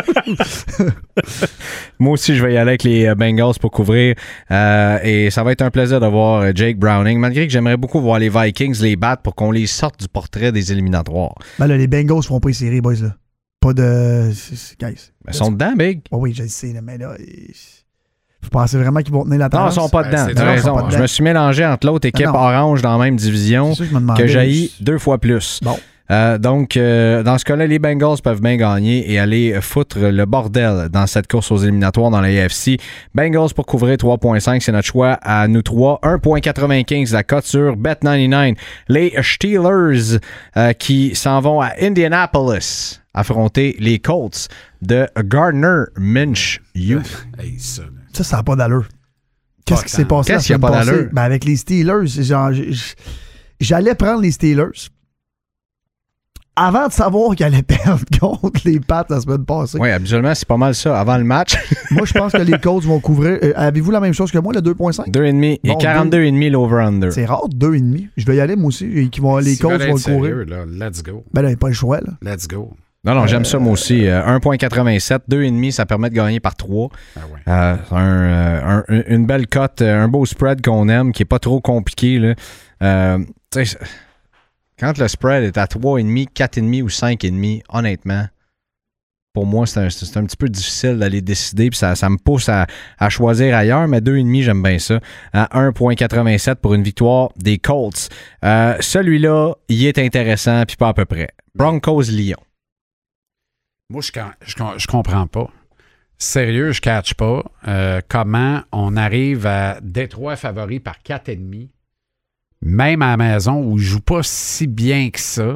Moi aussi, je vais y aller avec les euh, Bengals pour couvrir. Euh, et ça va être un plaisir de voir euh, Jake Browning, malgré que j'aimerais beaucoup voir les Vikings les battre pour qu'on les sorte du portrait des éliminatoires. Ben là, les Bengals feront pas les séries, boys, là. Pas de... c'est- c'est- Guys. Ils sont dedans, Big. Oh oui, je le sais, là, mais là... ils- Vous pensez vraiment qu'ils vont tenir la Non, ils tendance? sont pas Ben, dedans. c'est T'as dur, ils sont raison. pas dedans. Je me suis mélangé entre l'autre équipe Ah non. orange dans la même division C'est ça que je me demandais. que jaillit deux fois plus. Bon. Euh, donc, euh, dans ce cas-là, les Bengals peuvent bien gagner et aller foutre le bordel dans cette course aux éliminatoires dans la A F C. Bengals pour couvrir trois virgule cinq, c'est notre choix à nous trois. un virgule quatre-vingt-quinze la cote sur Bet quatre-vingt-dix-neuf. Les Steelers euh, qui s'en vont à Indianapolis affronter les Colts de Gardner Minshew. Hey, ça, là. Ça, ça n'a pas d'allure. Qu'est-ce Pas qui s'est tant. passé la Qu'est-ce qu'il y a semaine pas passée? d'allure? Ben, avec les Steelers, c'est genre, j- j- j'allais prendre les Steelers avant de savoir qu'ils allaient perdre contre les Pats la semaine passée. Oui, habituellement, c'est pas mal ça. Avant le match, Moi, je pense que les Colts vont couvrir. euh, avez-vous la même chose que moi, le deux virgule cinq? deux virgule cinq et Bon, quarante-deux virgule cinq l'over-under. C'est rare, deux virgule cinq. Je vais y aller, moi aussi. Et qui vont, les S'ils Colts veulent vont être le courir. sérieux, là, let's go. Ben là, il n'y a pas le choix, là. Let's go. Non, non, j'aime ça moi aussi. Euh, un virgule quatre-vingt-sept, deux virgule cinq, ça permet de gagner par trois. Ah ouais. Euh, un, euh, un- une belle cote, euh, un beau spread qu'on aime, qui est pas trop compliqué. Là. Euh, tu sais, quand le spread est à trois virgule cinq, quatre virgule cinq ou cinq virgule cinq, honnêtement, pour moi, c'est un, c'est un petit peu difficile d'aller décider, puis ça, ça me pousse à, à choisir ailleurs, mais deux virgule cinq, j'aime bien ça. À un virgule quatre-vingt-sept pour une victoire des Colts. Euh, celui-là, il est intéressant, puis pas à peu près. Broncos-Lyon. Moi, je, je, je comprends pas. Sérieux, je catch pas euh, comment on arrive à Détroit favori par quatre virgule cinq, même à la maison où je joue pas si bien que ça.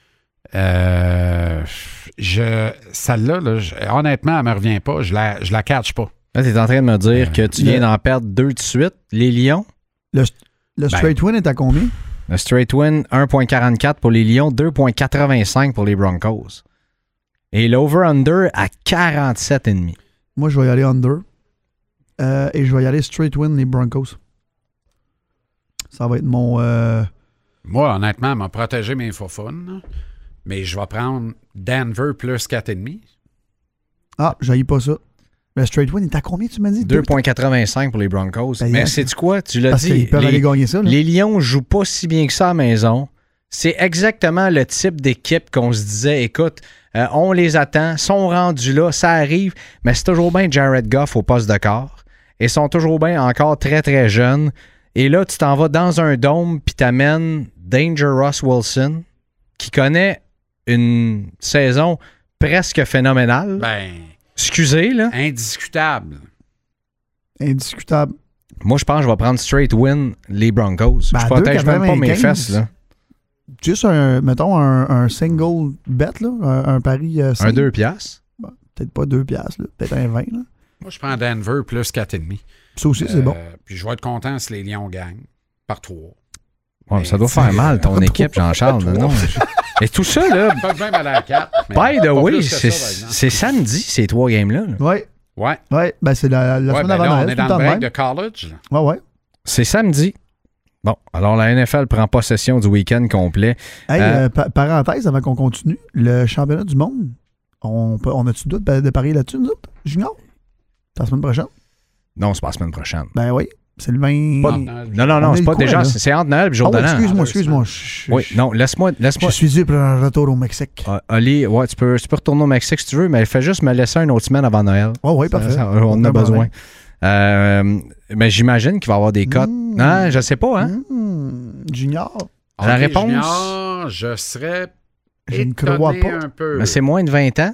Euh, je, celle-là, là, je- honnêtement, elle me revient pas. Je la, je la catch pas. Là, tu es en train de me dire Euh, que tu viens le- d'en perdre deux de suite. Les Lions, Le Ben. straight win est à combien? le straight win, un virgule quarante-quatre pour les Lions, deux virgule quatre-vingt-cinq pour les Broncos. Et l'over-under à quarante-sept virgule cinq. Moi, je vais y aller under. Euh, et je vais y aller straight win, les Broncos. Ça va être mon... euh, Moi, honnêtement, elle m'a protégé mes faufounes, mais je vais prendre Denver plus quatre virgule cinq. Ah, j'haïs pas ça. Le straight win est à combien, tu m'as dit? deux virgule quatre-vingt-cinq pour les Broncos. Ben, Mais yeah. sais-tu quoi? Tu l'as Parce dit. qu'ils peuvent les, aller gagner ça. Là. les Lions jouent pas si bien que ça à la maison. C'est exactement le type d'équipe qu'on se disait, écoute, euh, on les attend, sont rendus là, ça arrive, mais c'est toujours bien Jared Goff au poste de corps. Et sont toujours bien encore très, très jeunes. Et là, tu t'en vas dans un dôme puis t'amènes Dangerous Wilson, qui connaît une saison presque phénoménale. Ben, Excusez, là. indiscutable. Indiscutable. Moi, je pense que je vais prendre straight win les Broncos. Ben, je protège même pas mes quatre-vingt-quinze. fesses, là. Juste un, mettons, un, un single bet, là, un, un pari euh, Un simple. deux piastres. Bon, peut-être pas deux piastres, là, peut-être un vingt. Là. Moi, je prends Denver plus quatre virgule cinq. Ça aussi, c'est Euh, bon. Puis je vais être content si les Lions gagnent par trois. Ouais, Mais ça doit tu faire sais, mal, ton euh, équipe, Jean-Charles. trois. Non. Et tout ça, là, Pas même aller à quatre. mais by the pas way, plus que c'est ça, par exemple. c'est samedi, ces trois games-là. là. Ouais, Ouais. ouais, ben c'est la, la Ouais, semaine ben avant là, Noël, on est tout le dans temps le de break même. de college. là. Ouais, ouais. C'est samedi. Bon, alors la N F L prend possession du week-end complet. Hey, Euh, euh, pa- parenthèse, avant qu'on continue, le championnat du monde, on, peut, on a-tu doute de parier là-dessus, nous autres, Junior? C'est la semaine prochaine? Non, c'est pas la semaine prochaine. Ben oui, c'est le vingt... Pas- Non, Non, non, On non, est c'est le pas quoi, déjà. là? C'est c'est entre Noël et jour Ah de ouais, l'an. excuse-moi, deux excuse-moi. semaines. Je, Oui, je- non, laisse-moi. je laisse-moi. suis dû pour un retour au Mexique. Ah, Oli, ouais, tu peux, tu peux retourner au Mexique si tu veux, mais fais juste me laisser une autre semaine avant Noël. Oh oui, Ça, parfait. ça, on en a Aucun besoin. problème. Euh, mais j'imagine qu'il va y avoir des cotes. Mmh. Hein, je sais pas, hein? Mmh, Junior, La Ok, réponse? Junior, je serais Je ne étonné crois pas. un peu. Mais c'est moins de vingt ans.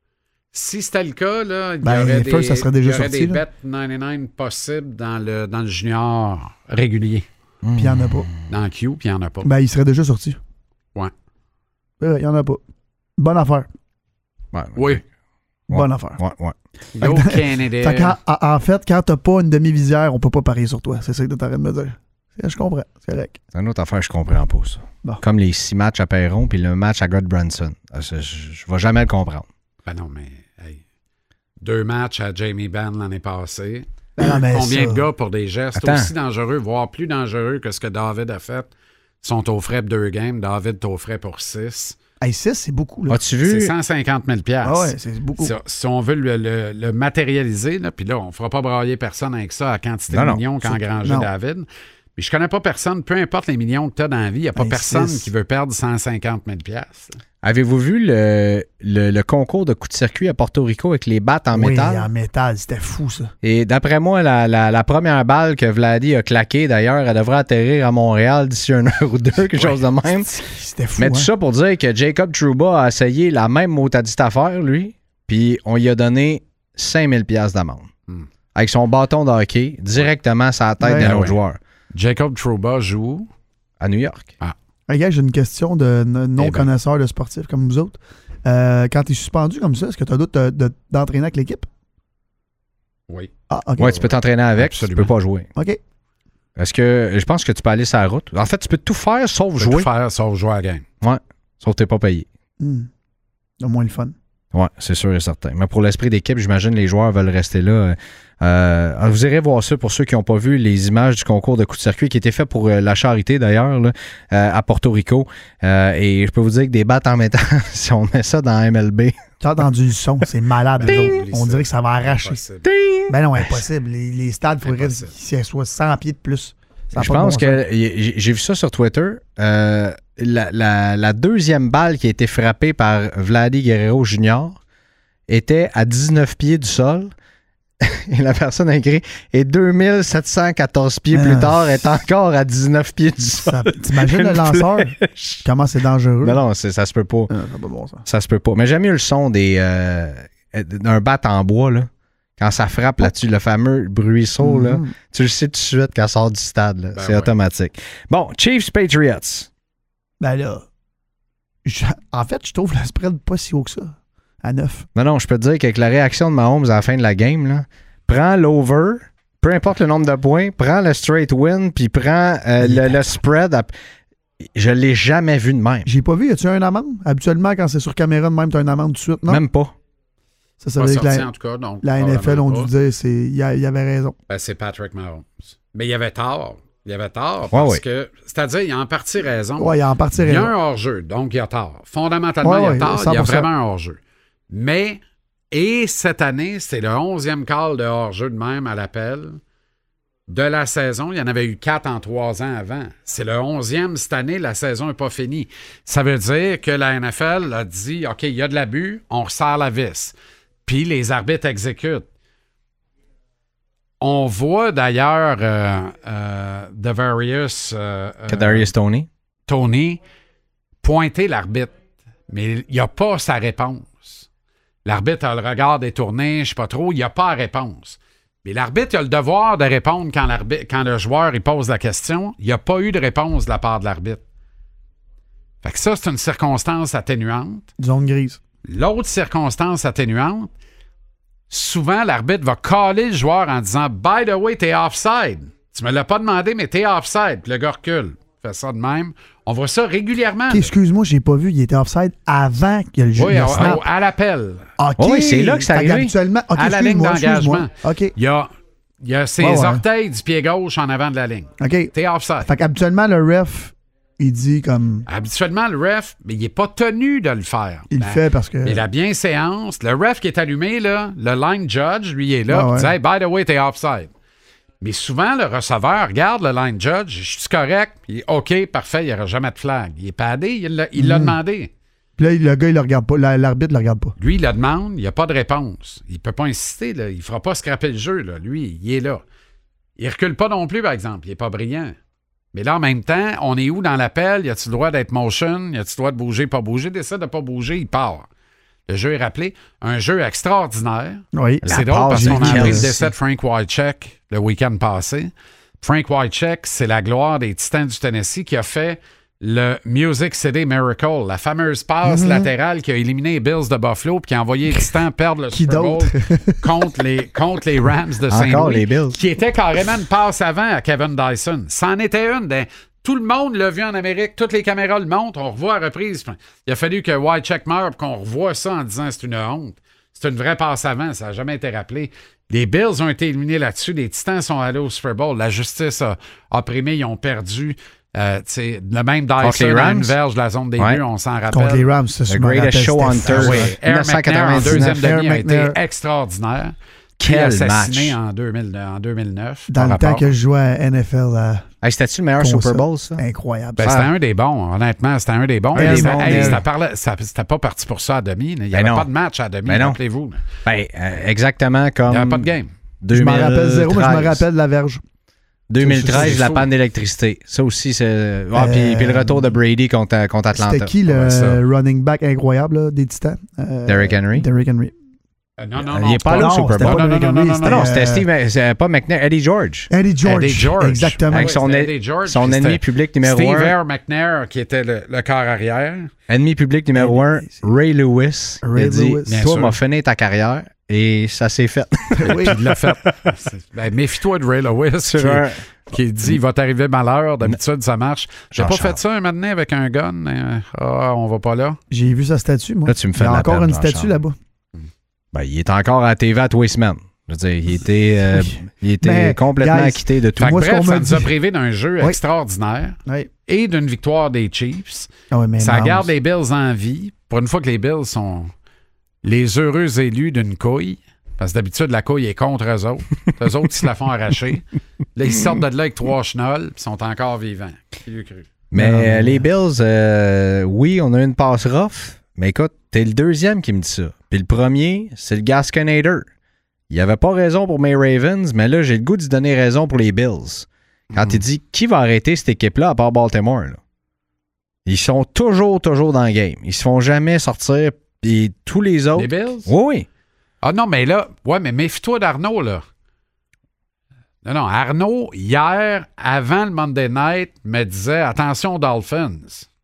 Si c'était le cas, là, il y Ben, aurait, First, des, ça serait déjà il y aurait sorti, des là. bets quatre-vingt-dix-neuf possibles dans le, dans le junior régulier. puis il n'y en a pas. Dans le Q, puis il n'y en a pas. Ben, il serait déjà sorti. Ouais. Il n'y en a pas. Bonne affaire. Ouais, Oui. Ouais. Bonne affaire. Ouais, ouais. Go Canada. Fait qu'en- en, en fait, quand t'as pas une demi-visière, on peut pas parier sur toi. C'est ça que t'es en train de me dire. C'est- Je comprends. C'est correct. C'est une autre affaire, je comprends pas ça. Bon. Comme les six matchs à Perron puis le match à God Branson. Ah, ça, Je, je vais jamais le comprendre. Ben non, mais hey, deux matchs à Jamie Benn l'année passée. Ben non, mais Combien ça- de gars pour des gestes Attends. aussi dangereux, voire plus dangereux que ce que David a fait, sont au frais pour deux games. David est au frais pour six. Hey, six, c'est beaucoup. Là. As-tu C'est vu? cent cinquante mille Ah ouais, c'est beaucoup. Si, si on veut le, le- le matérialiser, là, puis là, on ne fera pas brailler personne avec ça à quantité Non, de non. millions qu'a C'est- engrangé non. David. Mais je connais pas personne, peu importe les millions que tu as dans la vie, il n'y a pas Ben, personne six. qui veut perdre cent cinquante mille. Avez-vous vu le, le, le concours de coups de circuit à Porto Rico avec les battes en oui, métal? en métal. C'était fou, ça. Et d'après moi, la, la, la première balle que Vladi a claquée, d'ailleurs, elle devrait atterrir à Montréal d'ici une heure ou deux, quelque chose de même. C'était fou, Mais hein? tout ça pour dire que Jacob Trouba a essayé la même motadite affaire, lui, puis on lui a donné cinq mille dollars d'amende. Hmm. Avec son bâton de hockey, directement sur la tête Ouais, d'un ouais. autre joueur. Jacob Trouba joue. À New York. Hey, gars, j'ai une question de n- non-connaisseur de sportifs comme vous autres. Euh, quand tu es suspendu comme ça, est-ce que tu as doute de- de- d'entraîner avec l'équipe? Oui. Ah, OK. Ouais, tu peux t'entraîner avec, Absolument. tu peux pas jouer. OK. Est-ce que je pense que tu peux aller sur la route? En fait, tu peux tout faire sauf Je peux jouer, tout faire sauf jouer à la game. sauf que t'es pas payé. Hmm. Au moins le fun. Oui, c'est sûr et certain. Mais pour l'esprit d'équipe, j'imagine les joueurs veulent rester là. Euh, vous irez voir ça pour ceux qui n'ont pas vu les images du concours de coups de circuit qui était fait pour euh, la charité d'ailleurs là, euh, à Porto Rico. Euh, et je peux vous dire que des battes en métal, si on met ça dans M L B, Tu as entendu le son, c'est malade. Ben non, on oublie on ça. dirait que ça va arracher. Impossible. Ben non, impossible. Les, les stades, il faudrait Impossible. qu'ils soient cent pieds de plus. Ça a je pas de pense bon que sens. j'ai j'ai vu ça sur Twitter. Euh, la, la- la deuxième balle qui a été frappée par Vladi Guerrero Junior était à dix-neuf pieds du sol. Et la personne a écrit et deux mille sept cent quatorze pieds Ah. plus tard est encore à dix-neuf pieds du sol. Ça- T'imagines le Une lanceur? flèche. Comment c'est dangereux? Non, non, c'est- ça se peut pas. Ah, ça a pas de bon sens. Ça se peut pas. Mais j'aime mieux le son des euh, d'un bat en bois, là. Quand ça frappe là-dessus, le fameux bruisseau, là, Mhm. tu le sais tout de suite quand ça sort du stade. là. Ben c'est ouais. automatique. Bon, Chiefs Patriots. Ben là, je- en fait, je trouve le spread pas si haut que ça. À neuf. Non, non, je peux te dire qu'avec la réaction de Mahomes à la fin de la game, là, prends l'over, peu importe le nombre de points, prends le straight win, puis prends euh, Il le, est le spread. à- Je l'ai jamais vu de même. J'ai pas vu, y a-tu un amende? Habituellement, quand c'est sur caméra de même, t'as une amende tout de suite, non? Même pas. Ça, ça Pas veut dire que sorti la, en tout cas, donc. la N F L probablement ont pas. dû dire, c'est, il y, a- il y avait raison. Ben, c'est Patrick Mahomes. Mais il y avait tort. Il y avait tort Ouais, parce ouais. que, c'est-à-dire, il a en partie raison. Ouais, il a en partie Il y a raison. un hors-jeu, donc il y a tort. Fondamentalement, Ouais, il y a ouais, tort. cent Il y a pour cent. vraiment un hors-jeu. Mais, et cette année, c'est le onzième call de hors-jeu de même à l'appel de la saison. Il y en avait eu quatre en trois ans avant. C'est le onzième cette année, la saison n'est pas finie. Ça veut dire que la N F L a dit, OK, il y a de l'abus, on resserre la vis. Puis les arbitres exécutent. On voit d'ailleurs euh, euh, The Various euh, euh, Kadarius Toney. Tony pointer l'arbitre, mais il n'y a pas sa réponse. L'arbitre a le regard détourné, je ne sais pas trop, il n'y a pas la réponse. Mais l'arbitre a le devoir de répondre quand, l'arbitre, quand le joueur il pose la question. Il n'y a pas eu de réponse de la part de l'arbitre. Fait que ça, c'est une circonstance atténuante. Zone grise. L'autre circonstance atténuante, souvent, l'arbitre va caller le joueur en disant « By the way, t'es offside. Tu me l'as pas demandé, mais t'es offside. » Puis le gars recule. Fait ça de même. On voit ça régulièrement. Ok, excuse-moi, j'ai pas vu, il était offside avant qu'il y ait le jeu. Oui, le à, snap. à l'appel. OK. Oui, c'est là que c'est Fait arrivé. qu'habituellement- OK, À la ligne excuse-moi, excuse-moi. d'engagement. OK. Il y a, il a ses Ouais, ouais. orteils du pied gauche en avant de la ligne. OK. T'es offside. Fait qu'habituellement, le ref, il dit comme. Habituellement, le ref, mais il n'est pas tenu de le faire. Il Ben, le fait parce que. Mais la bienséance, le ref qui est allumé, là, le line judge, lui, il est là, Ah puis il dit ouais. Hey, by the way, t'es offside. Mais souvent, le receveur regarde le line judge, je suis correct, puis OK, parfait, il n'y aura jamais de flag. Il est padé, il l'a, il l'a Mm. demandé. Puis là, le gars, il le regarde pas. La- L'arbitre le regarde pas. Lui, il le demande, il n'y a pas de réponse. Il ne peut pas insister, là. Il ne fera pas scraper le jeu. Là. Lui, il est là. Il ne recule pas non plus, par exemple. Il n'est pas brillant. Mais là, en même temps, on est où dans l'appel? Y a-t-il le droit d'être motion? Y a-t-il le droit de bouger, pas bouger? Décide de ne pas bouger, il part. Le jeu est rappelé. Un jeu extraordinaire. Oui. C'est La drôle parce passe qu'on a de appris le Kelsey. décès de Frank Wycheck le week-end passé. Frank Wycheck, c'est la gloire des Titans du Tennessee qui a fait le Music City Miracle, la fameuse passe Mm-hmm. latérale qui a éliminé les Bills de Buffalo puis qui a envoyé les Titans perdre le Qui Super Bowl d'autre? contre, les, contre les Rams de Encore Saint-Louis. les Bills. Qui était carrément une passe avant à Kevin Dyson. C'en était une. D'un- tout le monde l'a vu en Amérique. Toutes les caméras le montrent. On revoit à reprise. Il a fallu que Wycheck meure pour qu'on revoie ça en disant c'est une honte. C'est une vraie passe avant. Ça n'a jamais été rappelé. Les Bills ont été éliminés là-dessus. Les Titans sont allés au Super Bowl. La justice a, a primé. Ils ont perdu. Euh, t'sais, le même Contre les Dyson à Rams? une verge de la zone des Ouais. buts, on s'en rappelle. Contre les Rams, ça, The je me Greatest rappelle, Show c'était on Turf. Oui, Air McNair en deuxième dix-neuf demi a Air été McNair. extraordinaire. Quel Puis assassiné match. en, deux mille, en deux mille neuf. Dans par le temps rapport. que je jouais à N F L, euh, Hey, c'était-tu le meilleur Con, Super ça. Bowl, ça? incroyable. Ben, Ça- c'était un des bons, honnêtement. C'était un des bons. Un Mais des c'était- bons, hey, mais- c'était parla- ça- c'était pas parti pour ça à demi. là. Il n'y Ben avait non. pas de match à demi, Ben non. rappelez-vous. là. Ben, euh, exactement comme. Il n'y avait pas de game. je m'en rappelle zéro, mais je me rappelle de la verge. deux mille treize, C'est la fou. panne d'électricité. Ça aussi, c'est. Ah, puis, Euh, puis le retour de Brady contre, contre Atlanta. C'était qui le Ouais, ça. running back incroyable là, des Titans? Euh, Derrick Henry? Derrick Henry. Euh, non, non, Il non. n'est pas allé au non, Super c'était Bowl. pas Non, non, Derrick non, Henry, non, Ah non, c'était euh, Steve, c'est pas McNair, Eddie George. Eddie George. Eddie George. Exactement. Avec son, c'était en- Eddie George, son puis ennemi c'était public numéro Steve un. Air McNair, qui était le, le corps arrière. Ennemi public numéro un, Ray Lewis. Ray il a dit Lewis. Bien toi, sûr. m'a fini ta carrière. Et ça s'est fait. Oui. Puis il l'a fait. C'est- Ben, méfie-toi de Ray Lewis Sur qui, un- qui dit il va t'arriver malheur. D'habitude, ça marche. J'ai pas Jean-Charles. fait ça un matin avec un gun. euh, Ah, on va pas là. J'ai vu sa statue, moi. Là, tu me fais Il y a de la encore peine, une statue Jean-Charles. là-bas. Ben, il est encore à la T V à tous les semaines. Je veux dire, il était, euh, Oui. il était Mais, complètement guys, acquitté de tout. Fait que Moi, ce bref, qu'on ça me nous a dit- privé d'un jeu Oui. extraordinaire Oui. et d'une victoire des Chiefs. Ah ouais, mais Ça Mahomes. garde les Bills en vie. Pour une fois que les Bills sont les heureux élus d'une couille, parce que d'habitude, la couille est contre eux autres. Eux autres, ils se la font arracher. Là, ils sortent de là avec trois chenolles puis sont encore vivants. Qui l'eût cru? Mais Non, non, euh, mais- les Bills, euh, oui, on a une passe rough. Mais écoute, t'es le deuxième qui me dit ça. Puis le premier, c'est le Gasconator. Il avait pas raison pour mes Ravens, mais là, j'ai le goût de lui donner raison pour les Bills. Quand Mm. il dit qui va arrêter cette équipe-là à part Baltimore, là? Ils sont toujours, toujours dans le game. Ils se font jamais sortir. Et tous les autres. Les Bills? Oui, oui. Ah non, mais là, ouais, mais méfie-toi d'Arnaud, là. Non, non, Arnaud, hier, avant le Monday Night, me disait attention aux Dolphins.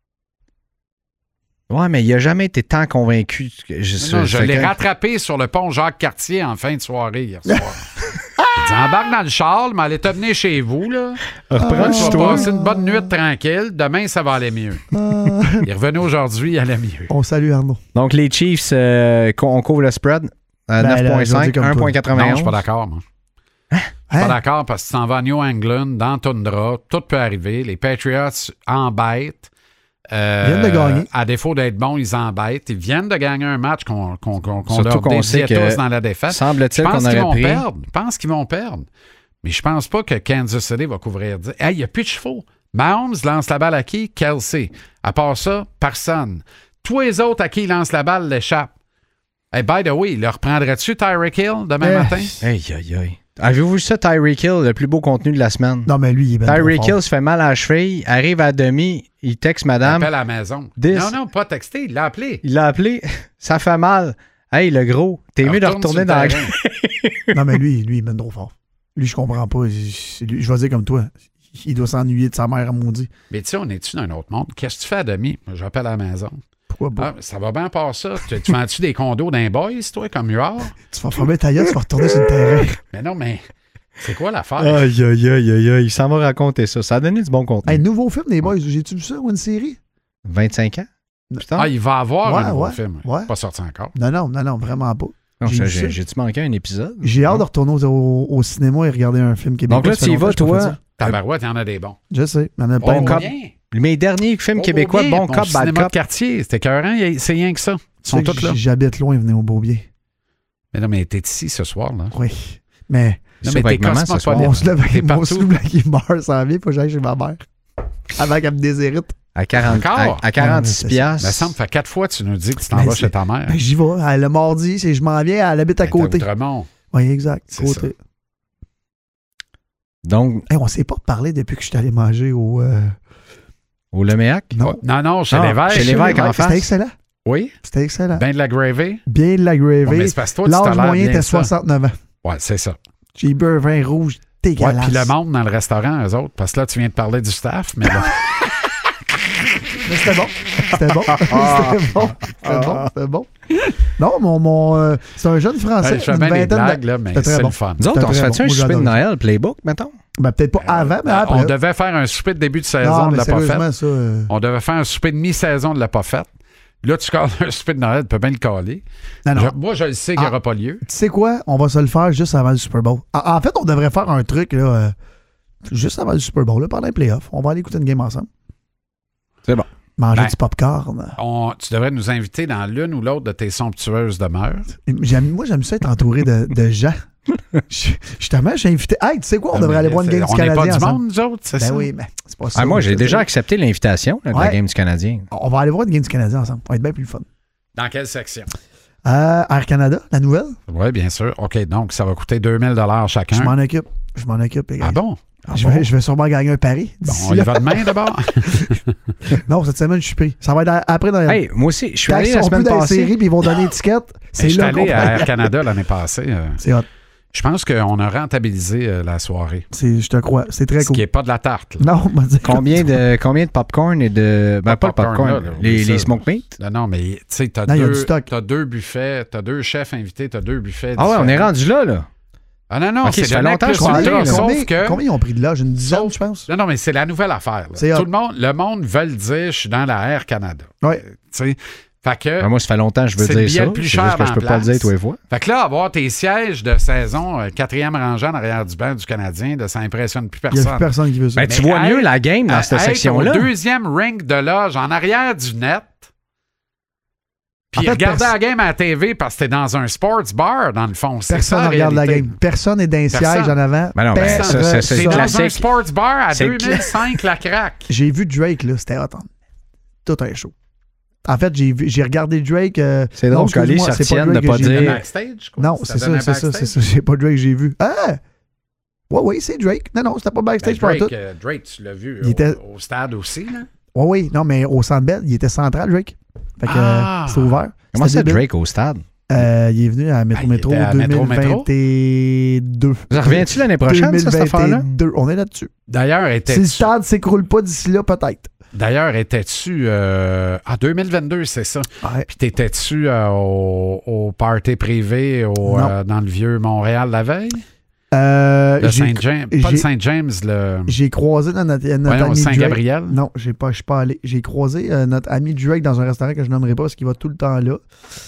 Ouais, mais il a jamais été tant convaincu. Que je Non, non, je fait l'ai que- rattrapé sur le pont Jacques-Cartier en fin de soirée hier soir. Il dit embarque dans le char, mais allez te venir chez vous, là. Tu vas Reprends-toi. passer une bonne nuit tranquille. Demain, ça va aller mieux. Ah, Il est revenu aujourd'hui, il allait mieux. on salue Arnaud. Donc, les Chiefs, euh, on couvre le spread à Ben, là, neuf virgule je vais cinq, dire comme un toi. virgule Non, je quatre-vingt-onze. suis pas d'accord, moi. Je suis Hein? pas d'accord parce que tu t'en vas à New England, dans Tundra, tout peut arriver. Les Patriots embêtent. Euh, Ils viennent de gagner. À défaut d'être bons, ils embêtent. Ils viennent de gagner un match qu'on qu'on, qu'on, qu'on Surtout leur qu'on dédiait sait que tous dans la défaite. Je Semble-t-il pense qu'on qu'ils aurait vont pris. perdre. Je pense qu'ils vont perdre. Mais je pense pas que Kansas City va couvrir. Hey, il n'y a plus de chevaux. Mahomes lance la balle à qui? Kelsey. À part ça, personne. Tous les autres à qui il lance la balle l'échappent. Hey, by the way, il le reprendrait-tu Tyreek Hill demain Eh. matin? Aïe, aïe, aïe. Avez-vous vu ça, Tyreek Hill, le plus beau contenu de la semaine? Non, mais lui, il est bien Tyreek trop Hill se fait mal à la cheville, arrive à demi, il texte madame. Appelle à la maison. This- Non, non, pas texté. Il l'a appelé. Il l'a appelé, ça fait mal. Hey, le gros, t'es Alors, mieux de retourne retourner sur dans le la terrain. fort. Non, mais lui, lui, il mène trop fort. Lui, je comprends pas. C'est lui- Je vais dire comme toi. Il doit s'ennuyer de sa mère à maudit. Mais tu sais, on est-tu dans un autre monde? Qu'est-ce que tu fais à demi? Moi, j'appelle à la maison. Pourquoi pas? Ah, ça va bien par ça. Tu, tu vends-tu des condos d'un boys, toi, comme Huard? Tu vas former ta gueule, tu vas retourner sur le terrain. Mais non, mais c'est quoi l'affaire? Aïe, aïe, aïe, aïe, aïe, il s'en va raconter ça. Ça a donné du bon contenu. Hey, nouveau film des boys. J'ai-tu vu ça ou une série? vingt-cinq ans? Putain. Ah, il va avoir Ouais, un nouveau ouais, film. ouais. Pas sorti encore. Non, non, non, non, vraiment pas. Non, J'ai j'ai- vu ça. j'ai- J'ai-tu manqué un épisode? J'ai hâte Non. de retourner au, au- au cinéma et regarder un film québécois. Donc là, Ça fait tu y longtemps vas, que j'ai pas fait toi. ça. Tabarouette, il y en a des bons. Je sais, il y en a Bon plein de cop. bien. Mes derniers films Bon québécois, bien, Bon mon Cop, Bad cinéma de Cop. quartier, c'était écœurant, il y a- c'est rien que ça. Ils sont Tu sais tous que là. J'habite loin, venez au Beaubier. Mais non, mais t'es ici ce soir, là. Oui. Mais Non, Ça mais va t'es avec maman ce soir. cosmopolite. on se lève T'es avec mon partout. souffle qui meurt, ça vient, faut que j'aille chez ma mère. Avant qu'elle me déshérite. À, quarante, Encore? à, à quarante-six Ah, mais piastres. Mais ça me fait quatre fois que tu nous dis que tu t'en Mais vas c'est- chez ta mère. Ben, j'y vais. Elle, le mardi, c'est je m'en viens, elle habite à Ben, t'es à côté. Outremont. Oui, exact. C'est Côté. Donc, Hey, on s'est pas parlé depuis que je suis allé manger au. euh, au Leméac. Non. Non, non, chez Ah, l'évêque. chez l'évêque en Ouais, face. C'était excellent. Oui, C'était excellent. ben de la gravy. Bien de la Bon, mais gravy. c'est parce que toi, tu t'as L'âge l'air moyen bien était ça. soixante-neuf ans. Ouais, c'est ça. J'ai bu un vin rouge Ouais, dégueulasse. puis le monde dans le restaurant, eux autres, parce que là, tu viens de parler du staff, mais là, Mais c'était bon. C'était bon. C'était bon. C'était bon. C'était bon. Non, mon. mon euh, c'est un jeune Français. ben, je fais une bien des vingtaine de- blagues, là, mais C'était très c'est bon. le fun. Nous autres, C'était on se très fait-tu bon. un Moi, souper de j'adore. Noël, Playbook, mettons? Ben, peut-être pas avant, mais après. On devait faire un souper de début de saison non, de mais la pas fait. sérieusement, ça. euh, On devait faire un souper de mi-saison de la pas faite. Là, tu calmes un souper de Noël, tu peux bien le caler. Non, non. Je- moi, je le sais qu'il n'y Ah. aura pas lieu. Tu sais quoi? On va se le faire juste avant le Super Bowl. En, en fait, on devrait faire un truc, là, euh, juste avant le Super Bowl, là, pendant les playoffs. On va aller écouter une game ensemble. C'est bon. Manger Ben. du popcorn. On- tu devrais nous inviter dans l'une ou l'autre de tes somptueuses demeures. J'aime, moi, j'aime ça être entouré de, de gens. Je- Justement, j'ai invité. Hey, tu sais quoi? On Ah, devrait mais aller voir une game du On n'est Canadien pas du ensemble. monde, nous autres, c'est Ben ça? oui, mais c'est pas ça. Ah, moi, j'ai Je te déjà dis. accepté l'invitation là, de la Ouais. game du Canadien. On va aller voir une game du Canadien ensemble. Ça va être bien plus le fun. Dans quelle section? Euh, Air Canada, la nouvelle, Oui, bien sûr. OK, donc ça va coûter deux mille dollars chacun. je m'en occupe. Je m'en occupe, les gars. Ah bon? Ah je, bon? vais, je vais sûrement gagner un pari. Bon, d'ici on y là. va demain d'abord? Non, cette semaine, je suis pris. Ça va être à- après dans Hey, moi aussi, je suis Quand allé ils la sont semaine plus dans les passée. séries puis ils vont donner l'étiquette. Je C'est suis là qu'on allé à prend. Air Canada l'année passée. euh, C'est hot. je pense qu'on a rentabilisé euh, la soirée. C'est- Je te crois. C'est très Ce cool. qui n'est pas de la tarte. là. Non, on m'a dit. Combien de, combien de popcorn et de. Ben, Pas pas le popcorn, popcorn, là, là, les, oublie les ça. smoke meat. Non, non, mais tu sais, tu as, Non, il y a du deux- stock. t'as deux buffets, tu as deux chefs invités, tu as deux buffets. Ah ouais, on est différents. rendu là, là. Ah non, non, Ok, c'est ça fait jamais longtemps plus que je suis ultra, allé, là. sauf combien, que... combien ils ont pris de l'âge? Une dizaine, Sauf- je pense? Non, non, mais c'est la nouvelle affaire. là. C'est Tout hot. le monde, le monde veut le dire, je suis dans la Air Canada. Oui. Tu sais, fait que, Ben, moi, ça fait longtemps que je veux c'est le dire billet ça. le plus C'est cher juste que je en peux pas le place. dire tous les fois. fait que là, avoir tes sièges de saison, euh, quatrième rangée en arrière du banc du Canadien, là, ça impressionne plus Il n'y a personne. plus personne qui veut ça. Ben, tu Mais vois être- mieux la game dans À- cette être section-là. Au deuxième ring de loge, en arrière du net, puis En fait, regarder pers- la game à la T V parce que t'es dans un sports bar, dans le fond. C'est Personne ça, ne regarde la réalité. game. Personne n'est d'un Personne. siège en avant. Ben non, ben, ça, Personne. ça, ça, C'est c'est dans classique. un sports bar à C'est deux mille cinq, la craque. J'ai vu Drake, là. C'était hot. hein. Tout un show. En fait, j'ai vu- j'ai regardé Drake. euh, C'est non, drôle qu'Ali excuse-moi, c'est s'abstienne Drake de que pas j'ai dire- vu. Backstage, quoi. Non, Ça c'est ça, donnait c'est ça, backstage? c'est ça. C'est pas Drake que j'ai vu. Ah! Ouais, oui, c'est Drake. Non, non, c'était pas Ben, backstage pour Drake, tout. euh, Drake, tu l'as vu Il au, était- au stade aussi, là? Oui, oui, non, mais au Centre Bell, il était central, Drake. Fait que Ah! euh, c'était ouvert. Comment C'était ça, débile. Drake au stade? Euh, il est venu à Métro Ah, il Métro était à Métro Métro? deux mille vingt-deux. Ça revient-tu l'année prochaine, ça, cette affaire-là? deux mille vingt-deux. On est là-dessus. D'ailleurs, Si le étais-tu... stade s'écroule pas d'ici là, peut-être. D'ailleurs, étais-tu... Euh... Ah, deux mille vingt-deux, c'est ça. Ouais. Puis t'étais-tu euh, au, au party privé au, Non. euh, dans le vieux Montréal la veille? Euh, Le j'ai- Saint-James. Pas le j'ai- Saint-James, le... J'ai croisé dans notre, notre Voyons, ami Saint-Gabriel? Drake. Non, j'ai pas, je suis pas allé. J'ai croisé euh, notre ami Drake dans un restaurant que je nommerai pas parce qu'il va tout le temps là.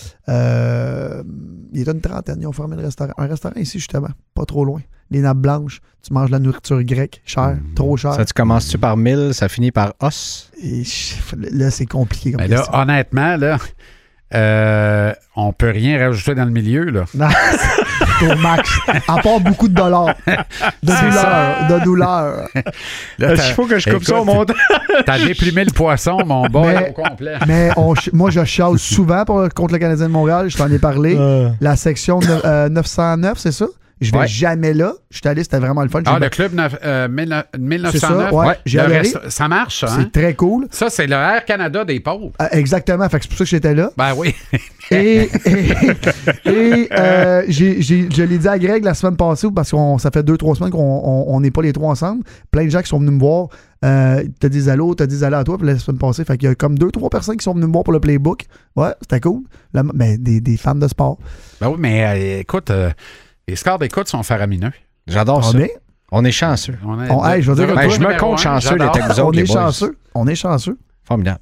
Euh, il était une trentaine. Ils ont fermé le restaurant. Un restaurant ici, justement, pas trop loin. Les nappes blanches. Tu manges de la nourriture grecque, cher, Mm. trop cher. Ça, tu commences-tu par mille, ça finit par os? Et je- là, c'est compliqué comme Mais là, question. honnêtement, là, euh, on peut rien rajouter dans le milieu, là. Non, c'est au max. À part beaucoup de dollars. De C'est douleur. De douleur. Là, Il t'as- faut que je coupe ça au écoute, montant. T'as déplumé le poisson, mon boy, Mais- au complet. Mais on ch- moi, je chasse souvent pour- contre le Canadien de Montréal. Je t'en ai parlé. La section de- euh, neuf cent neuf, c'est ça? Je vais Ouais. jamais là. Je suis allé, c'était vraiment le fun. Ah, J'ai- le club neuf- euh, mille- mille neuf C'est cent ça, neuf. ouais. J'ai Le adoré. reste- ça marche, ça, hein? C'est très cool. Ça, c'est le Air Canada des pauvres. Euh, exactement. Fait que c'est pour ça que j'étais là. Ben oui. Et, et, et, euh, j'ai- j'ai- je l'ai dit à Greg la semaine passée, parce que ça fait deux, trois semaines qu'on on- on n'est pas les trois ensemble. Plein de gens qui sont venus me voir. Euh, t'as dit allô, t'as dit allô à toi, puis la semaine passée. Fait qu'il y a comme deux, trois personnes qui sont venues me voir pour le playbook. Ouais, c'était cool. La- ben, des, des fans de sport. Ben oui, mais euh, écoute, euh, les scores d'écoute sont faramineux. J'adore On ça. est, On est chanceux. On, est On- hey, je veux dire- Ben, je me numéro compte un, chanceux j'adore. d'être avec vous autres, on les est boys. chanceux. On est chanceux. Formidable.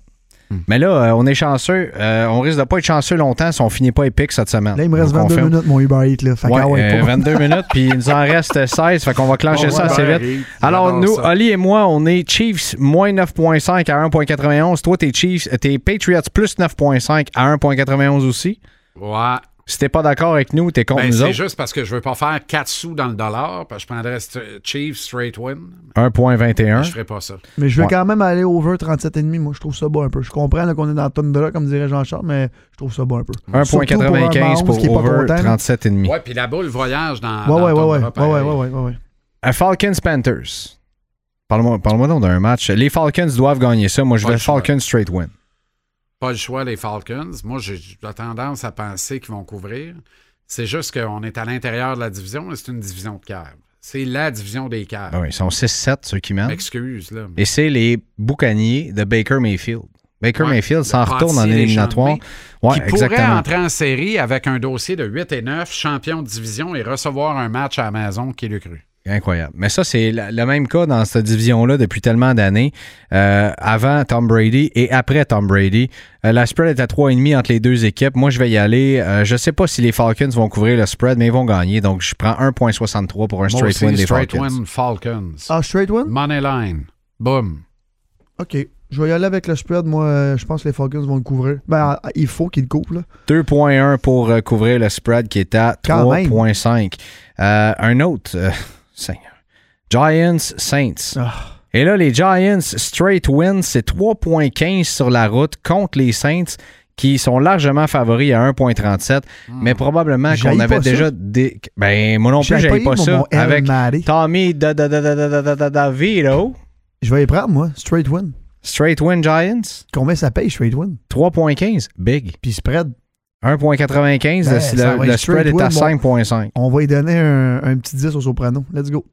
Mais là, euh, on est chanceux. Euh, on risque de pas être chanceux longtemps si on finit pas épique cette semaine. Là, il me reste Donc, vingt-deux confirme. minutes, mon Uber Eats. Là. Fait Ouais, qu'à ouais, euh, pas. vingt-deux minutes, puis il nous en reste seize. Fait qu'on va clencher Oh, ça ouais, assez ben, vite. Rick, Alors, j'adore nous, ça. Oli et moi, on est Chiefs moins neuf virgule cinq à un virgule quatre-vingt-onze. Toi, t'es Chiefs, t'es Patriots plus neuf virgule cinq à un virgule quatre-vingt-onze aussi. Ouais. Si t'es pas d'accord avec nous, t'es contre Ben, nous c'est autres. juste parce que je veux pas faire quatre sous dans le dollar, parce que je prendrais st- Chiefs straight win. un virgule vingt et un. Mais je ferais pas ça. Mais je vais Ouais. quand même aller over trente-sept virgule cinq. Moi, je trouve ça bas un peu. Je comprends là, qu'on est dans la tonne de là, comme dirait Jean-Charles, mais je trouve ça bas un peu. un virgule quatre-vingt-quinze pour, Surtout pour un Mahomes qui est pas over content, là. trente-sept virgule cinq. Ouais, puis la boule voyage dans. Ouais, dans ouais, ton ouais, ouais, bras, ouais, ouais, pareil. ouais, ouais, ouais. Euh, Falcons Panthers. Parle-moi, parle-moi donc d'un match. Les Falcons doivent gagner ça. Moi, je Pas vais le choix. Falcons straight win. Pas le choix, les Falcons. Moi, j'ai j'ai tendance à penser qu'ils vont couvrir. C'est juste qu'on est à l'intérieur de la division et c'est une division de cave. C'est la division des caves. Ben oui, ils sont six sept, ceux qui mènent. M'excuse, là. Et c'est les boucaniers de Baker Mayfield. Baker Ouais, Mayfield le s'en retourne en pâtissier des éliminatoire. Champs Ouais, qui pourrait exactement. entrer en série avec un dossier de huit et neuf, champion de division, et recevoir un match à la maison qui le cru. Incroyable. Mais ça, c'est la- le même cas dans cette division-là depuis tellement d'années. Euh, avant Tom Brady et après Tom Brady. Euh, la spread est à trois virgule cinq entre les deux équipes. Moi, je vais y aller. Euh, je ne sais pas si les Falcons vont couvrir le spread, mais ils vont gagner. Donc, je prends un virgule soixante-trois pour un Moi straight aussi, win des straight Falcons. win Falcons. Ah, straight win? Money line. Boom. OK. Je vais y aller avec le spread. Moi, euh, je pense que les Falcons vont le couvrir. Ben, euh, il faut qu'ils le couvrent, là. deux virgule un pour euh, couvrir le spread qui est à Quand trois même. virgule cinq. Euh, un autre. euh, Seigneur. Giants Saints. Ah. Et là, les Giants straight win, c'est trois virgule quinze sur la route contre les Saints qui sont largement favoris à un virgule trente-sept. Mais probablement qu'on J'haïs avait pas ça. déjà... Des... Ben, moi non plus, J'ai j'avais pas mon- ça. mon El Avec Mari. Tommy da da da da da da da da da Vito. Je vais y prendre, moi. Straight win. Straight win Giants. Combien ça paye, straight win? trois virgule quinze. Big. Puis spread. un virgule quatre-vingt-quinze. Ben, le- ça le va le être spread straight est à win, mon- cinq virgule cinq. On va y donner un, un petit dix au soprano. Let's go.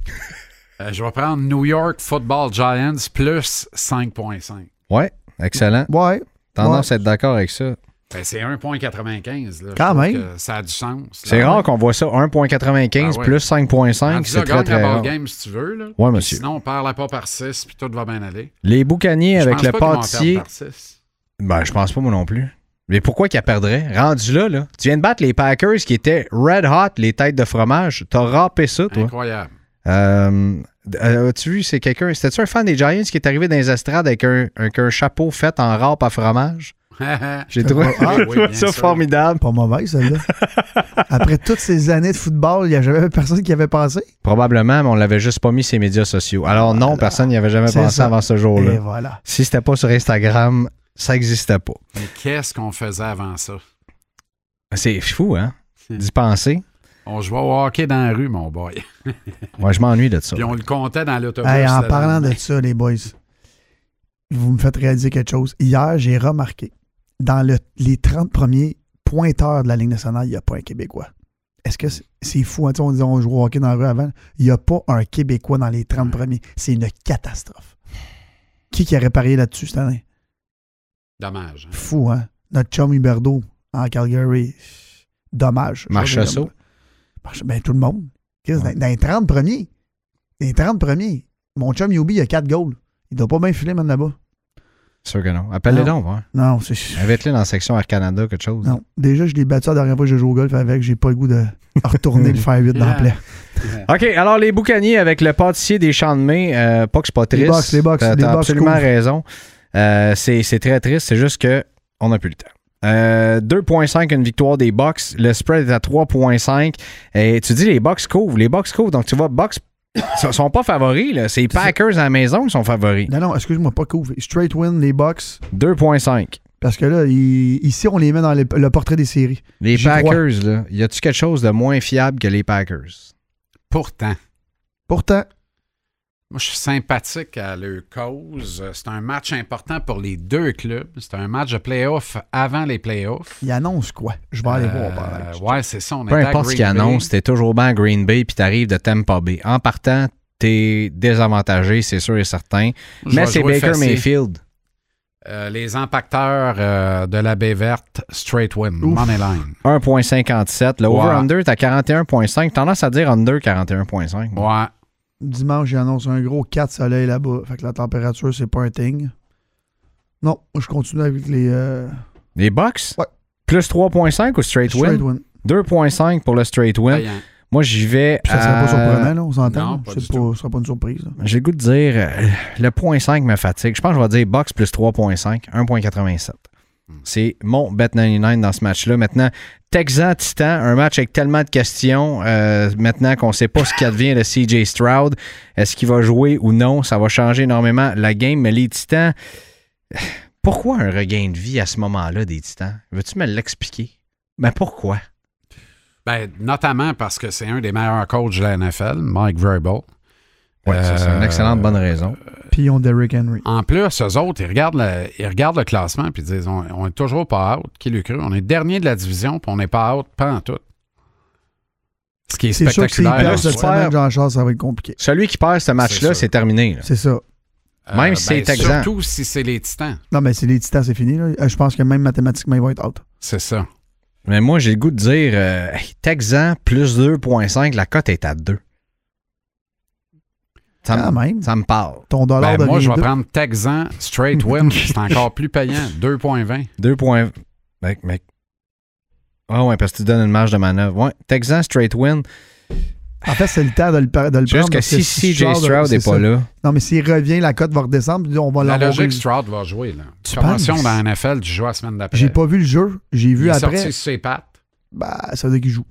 Euh, je vais prendre New York Football Giants plus cinq virgule cinq. Ouais, excellent. Ouais. Tendance Ouais. à être d'accord avec ça. Ben, c'est un virgule quatre-vingt-quinze. Là. Quand Je trouve même. que ça a du sens. C'est là. rare qu'on voit ça, un virgule quatre-vingt-quinze Ah ouais. plus cinq virgule cinq, Rendu c'est là, très gagne très la rare. ball game si tu veux. Là. Ouais, Puis monsieur. Sinon, on perd la pas par six puis tout va bien aller. Les boucaniers Je avec pense le pas qu'ils vont pâtissier, perdre par six. ben je pense pas moi non plus. Mais pourquoi qu'ils perdraient? Rendu là, là, tu viens de battre les Packers qui étaient red hot, les têtes de fromage. T'as râpé ça, toi. Incroyable. Euh, euh, as-tu vu, c'est quelqu'un, c'était-tu un fan des Giants qui est arrivé dans les estrades avec un, avec un chapeau fait en râpe à fromage? J'ai trouvé, Ah, j'ai oui, trouvé bien ça sûr. formidable. Pas mauvais, celle-là. Après toutes ces années de football, il n'y a jamais personne qui avait pensé. Probablement, mais on l'avait juste pas mis sur les médias sociaux. Alors non, Voilà. personne n'y avait jamais C'est pensé ça. avant ce Et jour-là. voilà. Si c'était pas sur Instagram, ça n'existait pas. Mais qu'est-ce qu'on faisait avant ça? C'est fou, hein? D'y penser. On jouait au hockey dans la rue, mon boy. Moi, je m'ennuie de ça. Puis on le comptait dans l'autobus. Hey, en le parlant lendemain. de ça, les boys, vous me faites réaliser quelque chose. Hier, j'ai remarqué, dans le- les trente premiers pointeurs de la Ligue nationale, il n'y a pas un Québécois. Est-ce que c'est, c'est fou? Hein? Tu sais, on disait on joue au hockey dans la rue avant. Il n'y a pas un Québécois dans les trente premiers. C'est une catastrophe. Qui qui aurait parié là-dessus cette année? Dommage. hein. Fou, hein? Notre chum Huberdeau en Calgary. Dommage. Marchessault. Marche- Ben, tout le monde. Qu'est-ce, Ouais. dans, dans les trente premiers. Dans les trente premiers. Mon chum Yubi, il a quatre goals. Il doit pas bien filer, même là-bas. Sûr que non. Appelle-les Non. donc, ouais. Non, c'est. Invite-les dans la section Air Canada, quelque chose. Non. Déjà, je l'ai battu la dernière fois que j'ai joué au golf avec. J'ai pas le goût de retourner le faire huit dans le plaie. OK, alors les boucaniers avec le pâtissier des Champs de Mai, euh, pas que c'est pas triste. Les box, les box, T'as, les t'as box absolument couvrent. raison. Euh, c'est, c'est très triste, c'est juste que on n'a plus le temps. Euh, deux virgule cinq une victoire des Bucks. Le spread est à trois virgule cinq. Et tu dis les Bucks couvrent. Les Bucks couvrent. Donc tu vois, Bucks ne sont pas favoris. Là. C'est les Packers à la maison qui sont favoris. Non, non, excuse-moi, pas couvre. Straight win, les box. deux virgule cinq. Parce que là, il- ici, on les met dans le, le portrait des séries. Les J'y crois. Packers, là, y a-tu quelque chose de moins fiable que les Packers? Pourtant, Pourtant, moi, je suis sympathique à leur cause. C'est un match important pour les deux clubs. C'est un match de play-off avant les playoffs. il annonce quoi? Je vais aller Euh, voir. par là. ouais, c'est ça. On Peu était à importe ce Green qu'il annonce, Bay. t'es toujours bien à Green Bay puis t'arrives de Tampa Bay. En partant, t'es désavantagé, c'est sûr et certain. Je Mais vais c'est jouer Baker facile. Mayfield. Euh, les impacteurs euh, de la baie verte, straight win, Ouf. money line. un virgule cinquante-sept. Le Ouais. over-under, t'as quarante et un virgule cinq. Tendance à dire under quarante et un virgule cinq. Ouais. Dimanche, il annonce un gros quatre soleil là-bas. Fait que la température, c'est pas un thing. Non, je continue avec les... Euh... Les Bucks? Ouais. Plus trois virgule cinq ou straight, Straight win? win. deux virgule cinq pour le straight win. Payant. Moi, j'y vais Puis ça serait à... pas surprenant, là, on s'entend. Non, là. pas C'est du pas, tout. ce sera pas une surprise. Là. J'ai le goût de dire, euh, le point cinq me fatigue. Je pense que je vais dire Bucks plus trois virgule cinq, un virgule quatre-vingt-sept. C'est mon bet quatre-vingt-dix dans ce match-là. Maintenant, Texan-Titan, un match avec tellement de questions. Euh, maintenant qu'on ne sait pas ce qu'advient de C J Stroud, est-ce qu'il va jouer ou non? Ça va changer énormément la game. Mais les Titans, pourquoi un regain de vie à ce moment-là des Titans? Veux-tu me l'expliquer? Ben pourquoi? Ben, notamment parce que c'est un des meilleurs coachs de la N F L, Mike Vrabel. Oui, ça, c'est une excellente bonne raison. Puis ils ont Derrick Henry. En plus, eux autres, ils regardent le, ils regardent le classement et ils disent on, on est toujours pas out. Qui l'eût cru? On est dernier de la division puis on n'est pas out, pas en tout. Ce qui est, C'est sûr que s'ils spectaculaire. perdent cette semaine, Jean-Charles, ça va être compliqué. Celui qui perd ce match-là, C'est c'est ça. terminé. là. C'est ça. Même si c'est Texan. Surtout si c'est les Titans. Non, mais c'est les Titans, c'est fini. Là. Euh, Je pense que même mathématiquement, ils vont être out. C'est ça. Mais moi, j'ai le goût de dire euh, hey, Texan plus deux virgule cinq, la cote est à deux. Ça, Quand me- même. ça me parle. Ton dollar Ben, moi, devient je vais deux. prendre Texan straight win. C'est encore plus payant. deux virgule vingt. deux points. Mec, mec. Ah ouais, parce que tu donnes une marge de manœuvre. Ouais, Texan straight win. En fait, c'est le temps de le, par- de le Juste prendre. que parce si C J Stroud c'est n'est pas ça. là, Non, mais s'il revient, la cote va redescendre. puis On va La l'avoir logique, vu. Stroud va jouer. Là. Tu Promotion penses? dans la N F L, tu joues la semaine d'après. J'ai pas vu le jeu. J'ai vu Il est après. sorti sur ses pattes. Bah, ça veut dire qu'il joue.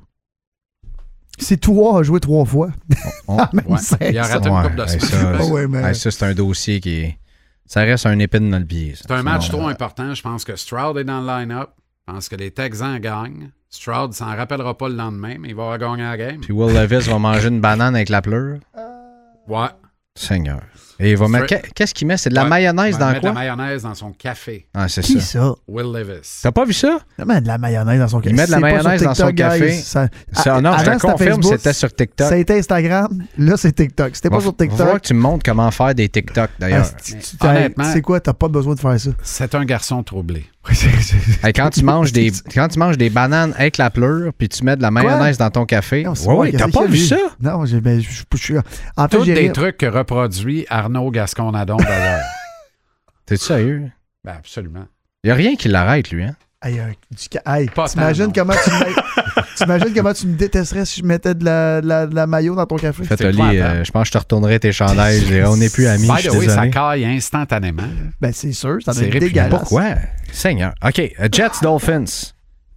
Si toi a joué trois fois. on- Ah, même Ouais. c'est Il a ça. raté une Ouais, couple de hey, semaines. ça, Ah ouais, mais- hey, ça, c'est un dossier qui est. Ça reste un épine dans le pied. ça. C'est un match Sinon, trop important. Je pense que Stroud est dans le line-up. Je pense que les Texans gagnent. Stroud s'en rappellera pas le lendemain, mais il va avoir gagné la game. Puis Will Levis va manger une banane avec la pleure. Ouais. Seigneur. Et il va mettre. Straight- qu'est- Qu'est-ce qu'il met? C'est de la Ouais. mayonnaise Il va dans mettre quoi? de la mayonnaise dans son café. Ah, c'est Qui ça. ça? Will Levis. T'as pas vu ça? Il met de la mayonnaise dans son café. met de la C'est pas mayonnaise sur dans son TikTok, café. guys. Ça, Ça, à- non, je avant, te c'était confirme, Facebook, c'était sur TikTok. C'était Instagram. Là, c'est TikTok. C'était pas Va- sur va falloir TikTok. que tu me montres comment faire des TikTok, d'ailleurs. Ah, tu- tu- Mais honnêtement- C'est quoi? T'as pas besoin de faire ça. C'est un garçon troublé. Hey, quand, tu manges des, quand tu manges des bananes avec la pleure, puis tu mets de la mayonnaise dans ton café. Non, Oui, c'est moi, oui, t'as qu'est-ce pas qu'il vu y a, ça? lui? Non, j'ai- ben, je, je, je suis. En fait, Tous j'ai des rien- trucs que reproduit Arnaud Gascon-Nadon d'ailleurs. T'es sérieux? Ben absolument. Il n'y a rien qui l'arrête, lui, hein? Hey, un- du ca- hey, Pas t'imagines tant, non. comment tu me... t'imagines comment tu me détesterais si je mettais de la, de la, de la mayo dans ton café? Fait, C'est Oli, épouvantable. euh, je pense que je te retournerai tes chandails. Je dirais, on n'est plus amis, je By suis the way, ça désolé. caille instantanément. Ben, c'est sûr, ça doit C'est être répugnant. dégueulasse. Pourquoi? Seigneur. OK, euh, Jets Dolphins.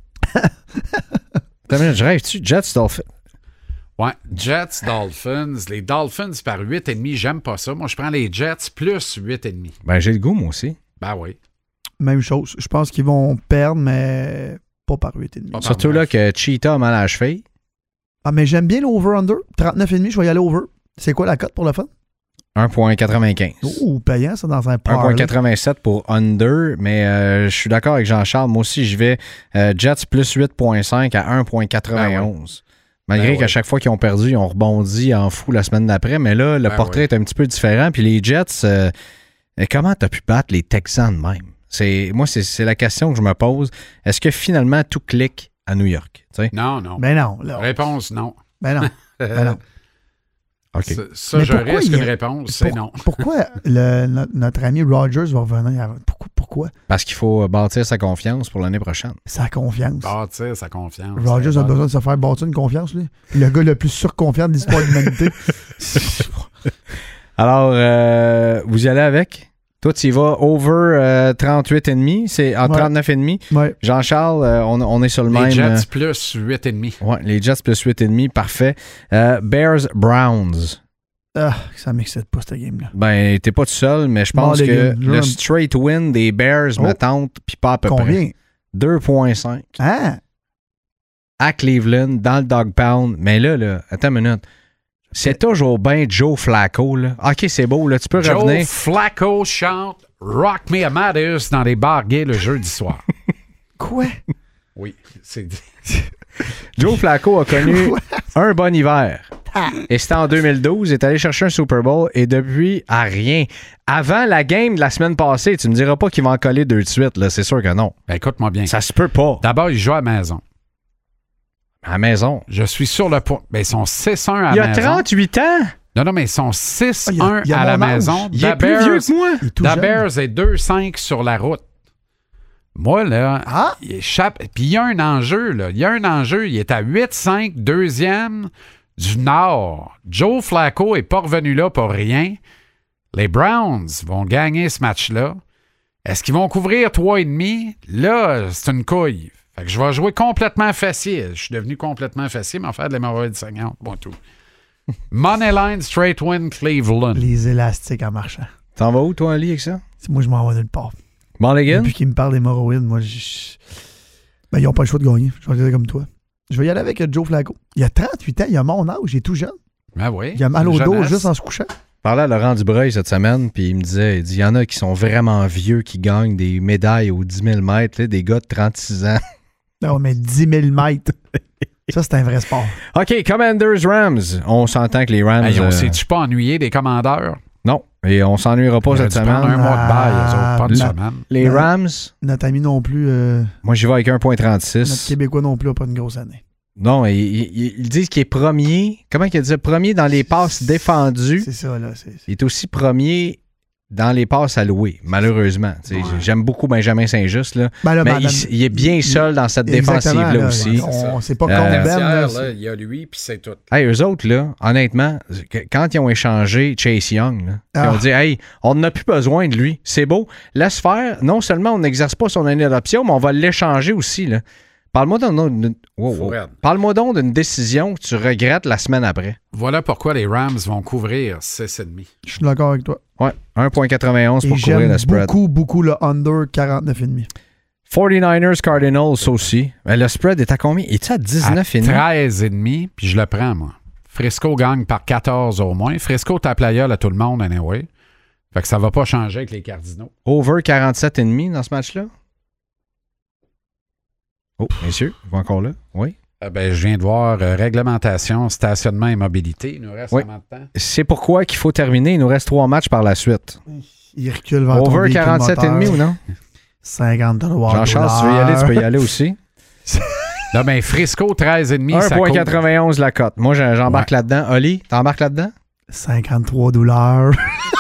Attends une minute, je rêve-tu? Jets Dolphins. Ouais, Jets, Dolphins. Les Dolphins par huit virgule cinq, j'aime pas ça. Moi, je prends les Jets plus huit virgule cinq. Ben, j'ai le goût, moi aussi. Ben oui. Même chose. Je pense qu'ils vont perdre, mais pas par huit virgule cinq. Pas Surtout là que Cheetah a mal à la cheville. Ah, mais j'aime bien l'over-under. trente-neuf virgule cinq, je vais y aller over. C'est quoi la cote pour le fun? un virgule quatre-vingt-quinze. Ouh, payant, ça, dans un un par. virgule quatre-vingt-sept pour under, mais euh, je suis d'accord avec Jean-Charles. Moi aussi, je vais euh, Jets plus huit virgule cinq à un virgule quatre-vingt-onze. Malgré Ben qu'à ouais. chaque fois qu'ils ont perdu, ils ont rebondi en fou la semaine d'après. Mais là, le Ben portrait ouais. est un petit peu différent. Puis les Jets, euh, comment tu as pu battre les Texans de même? C'est, moi, c'est, c'est la question que je me pose. Est-ce que finalement, tout clique à New York? Tu sais? Non, non. Ben non. Là. Réponse, non. Ben non. Ben non. OK. Ça, ça, Mais je pourquoi risque il y a- une réponse, c'est Pour- non. Pourquoi le- notre, notre ami Rogers va revenir? avant- Pourquoi? Pourquoi? Parce qu'il faut bâtir sa confiance pour l'année prochaine. Sa confiance. Bâtir sa confiance. Rogers C'est a bon. besoin de se faire bâtir une confiance, lui. Le gars le plus surconfiant de l'histoire de l'humanité. Alors, euh, vous y allez avec? Toi, tu y vas over euh, trente-huit virgule cinq, c'est en Ouais. trente-neuf virgule cinq. Ouais. Jean-Charles, euh, on, on est sur le Les même. Jets euh, plus huit virgule cinq. ouais, les Jets plus huit virgule cinq, parfait. Euh, Bears, Browns. Ah, ça m'excite pas, cette game-là. Ben, t'es pas tout seul, mais je pense Bon, les que gars, je le veux- straight win des Bears Oh. me tente, puis pas à peu près. Combien? deux virgule cinq Hein? à Cleveland, dans le dog pound. Mais là, là, attends une minute. C'est toujours bien Joe Flacco, là. OK, c'est beau, là, tu peux Joe revenir. Flacco chante Rock Me Amadeus dans les bars gays le jeudi soir. Quoi? Oui, c'est dit. Joe Flacco a connu Quoi? un bon hiver. Ah. Et c'était en deux mille douze. Il est allé chercher un Super Bowl et depuis, à rien. Avant la game de la semaine passée, tu me diras pas qu'il va en coller deux de suite. Là. C'est sûr que non. Ben, écoute-moi bien. Ça se peut pas. D'abord, il joue à la maison. À la maison. Je suis sur le point. Ben, ils sont six un à Il la a maison. trente-huit ans. Non, non, mais ils sont six un Ah, il y a- il y a à la mon âge. maison. Il est The plus Bears- vieux que moi. Il est tout The jeune. Bears est deux cinq sur la route. Moi, là, Ah! il échappe. Puis il y a un enjeu, là. Il y a un enjeu. Il est à huit cinq, deuxième du Nord. Joe Flacco est pas revenu là pour rien. Les Browns vont gagner ce match-là. Est-ce qu'ils vont couvrir trois virgule cinq? Là, c'est une couille. Fait que je vais jouer complètement fessier. Je suis devenu complètement fessier, mais en faire de l'hémorroïde saignante. Bon, tout. Moneyline, straight win, Cleveland. Les élastiques en marchant. T'en vas où, toi, Ali, avec ça? Moi, je m'en vais nulle part. Mulligan? Depuis qu'ils me parlent d'hémorroïdes, moi, je... Ben, ils n'ont pas le choix de gagner. Je vais dire comme toi. Je vais y aller avec Joe Flacco. Il a trente-huit ans, il a mon âge, il est tout jeune. Ah oui. Il a mal au dos Jeunesse. juste en se couchant. Je parlais à Laurent Dubreuil cette semaine, puis il me disait, il dit, il y en a qui sont vraiment vieux, qui gagnent des médailles aux dix mille mètres, là, des gars de trente-six ans. Non, mais dix mille mètres. Ça, c'est un vrai sport. OK, Commanders-Rams. On s'entend que les Rams... Hey, on euh, s'est-tu pas ennuyé des commandeurs? non, et on s'ennuiera pas Il aurait cette dû prendre semaine. un mois de bail, eux autres, pas de Ah, semaine. Les Non. Rams, Notre ami non plus, euh, moi, j'y vais avec un virgule notre trente-six. Québécois non plus, n'a pas une grosse année. Non, ils, ils- ils disent qu'il est premier. Comment il dit? Premier dans les passes défendues. C'est ça, là. C'est, c'est- Il est aussi premier dans les passes allouées, malheureusement. Tu sais, Ouais. J'aime beaucoup Benjamin Saint-Just, là. Ben là, mais ben, il, ben, il est bien il- seul dans cette Exactement, défensive-là là, aussi. On, c'est pas Euh, contre Ben. Tertiaire, là, là, c'est- il y a lui, puis c'est tout. Hey, eux autres, là, honnêtement, que- quand ils ont échangé Chase Young, là, ils Ah. ont dit, hey, on n'a plus besoin de lui. C'est beau. Laisse faire. Non seulement on n'exerce pas son année d'adoption, mais on va l'échanger aussi, là. Parle-moi donc d'une wow, wow. Fourette. Parle-moi donc d'une décision que tu regrettes la semaine après. Voilà pourquoi les Rams vont couvrir six virgule cinq. Je suis d'accord avec toi. Ouais, un virgule quatre-vingt-onze Et pour couvrir j'aime le spread. beaucoup, beaucoup le under quarante-neuf virgule cinq. forty-niners Cardinals aussi. Mais le spread est à combien? Est-il à dix-neuf virgule cinq? treize virgule cinq, puis je le prends, moi. Frisco gagne par quatorze au moins. Frisco tape la gueule à tout le monde, anyway. Fait que ça va pas changer avec les Cardinaux. Over quarante-sept virgule cinq dans ce match-là? Oh, messieurs, vous encore là? Oui. Euh, ben, je viens de voir euh, réglementation, stationnement et mobilité. Il nous reste Oui. combien de temps? C'est pourquoi qu'il faut terminer. Il nous reste trois matchs par la suite. Il recule vers ton Over véhicule quarante-sept moteur. virgule cinq ou non? cinquante dollars. Jean-Charles, si tu veux y aller, tu peux y aller aussi. Là, ben, Frisco, treize virgule cinq, ça un virgule couvre. quatre-vingt-onze la cote. Moi, j'en- j'embarque Ouais. là-dedans. Oli, t'embarques là-dedans? cinquante-trois dollars.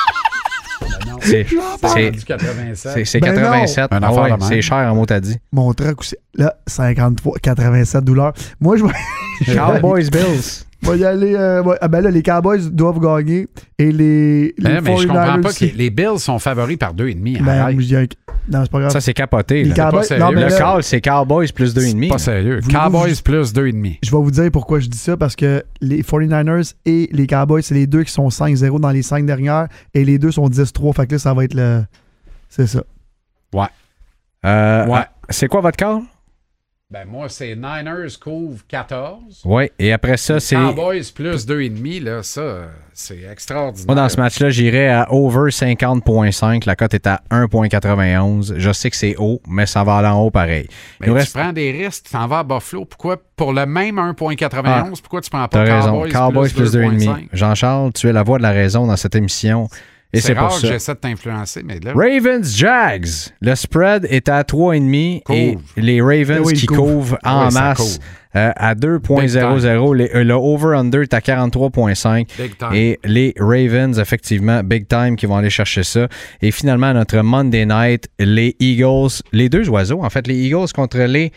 Non, C'est c'est c'est- rendu quatre-vingt-sept. c'est- c'est Ben quatre-vingt-sept. non. Un Ah affaire ouais, de même. c'est cher en mot, t'as dit. Mon truc aussi. Là, cinquante-trois, quatre-vingt-sept dollars. Moi, je vais. Cowboys Bills. Je vais y aller. euh, ouais. Ah ben là, les Cowboys doivent gagner. Et les. les Ben, mais je comprends forty-niners pas que aussi. les, les Bills sont favoris par deux virgule cinq. Ben, Arrête. je dis un- Non, c'est pas grave. Ça, c'est capoté. les là. Cowboys. sérieux. Non, mais Le là, call, c'est Cowboys plus deux virgule Pas cinq. sérieux. Voulez-vous Cowboys juste- plus deux virgule cinq. je vais vous dire pourquoi je dis ça. Parce que les forty-niners et les Cowboys, c'est les deux qui sont cinq zéro dans les cinq dernières. Et les deux sont dix trois. Fait que là, ça va être le. C'est ça. Ouais. Euh, Ouais. ah, c'est quoi votre call? Ben, moi, c'est Niners couvre quatorze. Oui, et après ça, c'est... Cowboys plus deux virgule cinq, là, ça, c'est extraordinaire. Moi, dans ce match-là, j'irais à over cinquante virgule cinq. La cote est à un virgule quatre-vingt-onze. Je sais que c'est haut, mais ça va aller en haut pareil. Mais Il nous tu reste- prends des risques, tu t'en vas à Buffalo. Pourquoi, pour le même un virgule quatre-vingt-onze, pourquoi tu prends pas T'as raison. Cowboys, Cowboys plus deux virgule cinq. deux virgule cinq? Jean-Charles, tu es la voix de la raison dans cette émission. Et c'est C'est pour rare que ça. j'essaie de t'influencer, mais là... Ravens Jags. Le spread est à trois virgule cinq et Couvre. les Ravens Eh oui, qui il couvre. couvrent en Oui, ça masse couvre. euh, à deux virgule zéro zéro. Les- euh, Le over-under est à quarante-trois virgule cinq. Big time. Et les Ravens, effectivement, big time, qui vont aller chercher ça. Et finalement, notre Monday night, les Eagles, les deux oiseaux, en fait, les Eagles contre les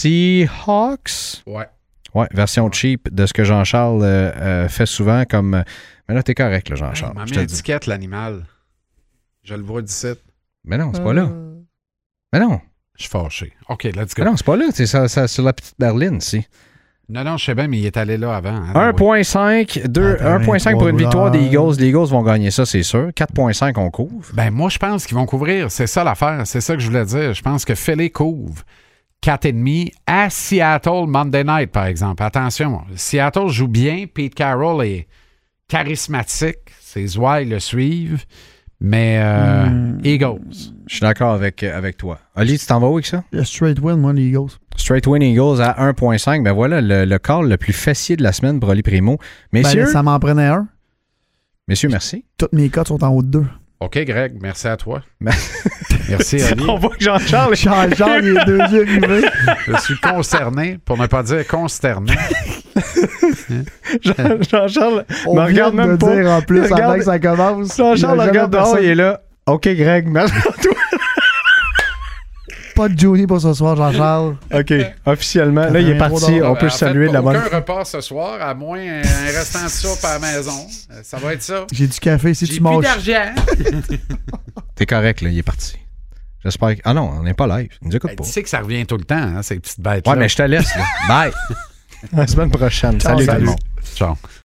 Seahawks. Ouais. Ouais, version cheap de ce que Jean-Charles euh, euh, fait souvent comme... euh, Mais là, t'es correct, là, Il Jean-Charles. m'a je mis te une dis. étiquette, l'animal. Je le vois d'ici. Mais non, c'est pas là. Mais non. Je suis fâché. OK, let's Mais go. non, c'est pas là. C'est ça, ça, sur la petite berline, ici. Non, non, je sais bien, mais il est allé là avant. hein, un oui. virgule cinq, deux- Ah, un virgule cinq pour une victoire des dollars. Eagles. Les Eagles vont gagner ça, c'est sûr. quatre virgule cinq, on couvre. Ben, moi, je pense qu'ils vont couvrir. C'est ça l'affaire. C'est ça que je voulais dire. Je pense que Philly couvre quatre virgule cinq à Seattle Monday Night, par exemple. Attention, Seattle joue bien. Pete Carroll est charismatique. Ses ouailles le suivent. Mais euh, Hmm. Eagles. Je suis d'accord avec, avec toi. Oli, tu t'en vas où avec ça? Le straight win, moi, les Eagles. Straight win Eagles à un virgule cinq. Ben voilà, le, le call le plus fessier de la semaine pour Oli Primo. Messieurs, Ben, ça m'en prenait un. messieurs, merci. Toutes mes cotes sont en haut de deux. OK, Greg, merci à toi. Mais- Merci, Ali. On voit que Jean-Charles... Charles, Charles, les deux yeux rivés. Je suis concerné, pour ne pas dire consterné. Jean- Jean-Charles On me vient regarde de même pas. dire en plus, Il avant regarde- que ça commence. Jean-Charles il y a regarde jamais dehors, personne. il est là. OK, Greg, merci à toi. Pas de Johnny pour ce soir, Jean-Charles. OK, officiellement. Là, il est parti. On peut le En saluer fait, de la bonne. aucun repas ce soir, à moins un restant de soupe à la maison. Euh, Ça va être ça. J'ai du café si J'ai tu plus manges. d'argent. T'es correct, là, il est parti. J'espère que... Ah non, on n'est pas live. Il nous écoute Ben, pas. tu sais que ça revient tout le temps, hein, ces petites bêtes-là. Ouais, mais je te laisse, là. Bye. À la semaine prochaine. Ciao, Salut tout le salut. monde. Ciao.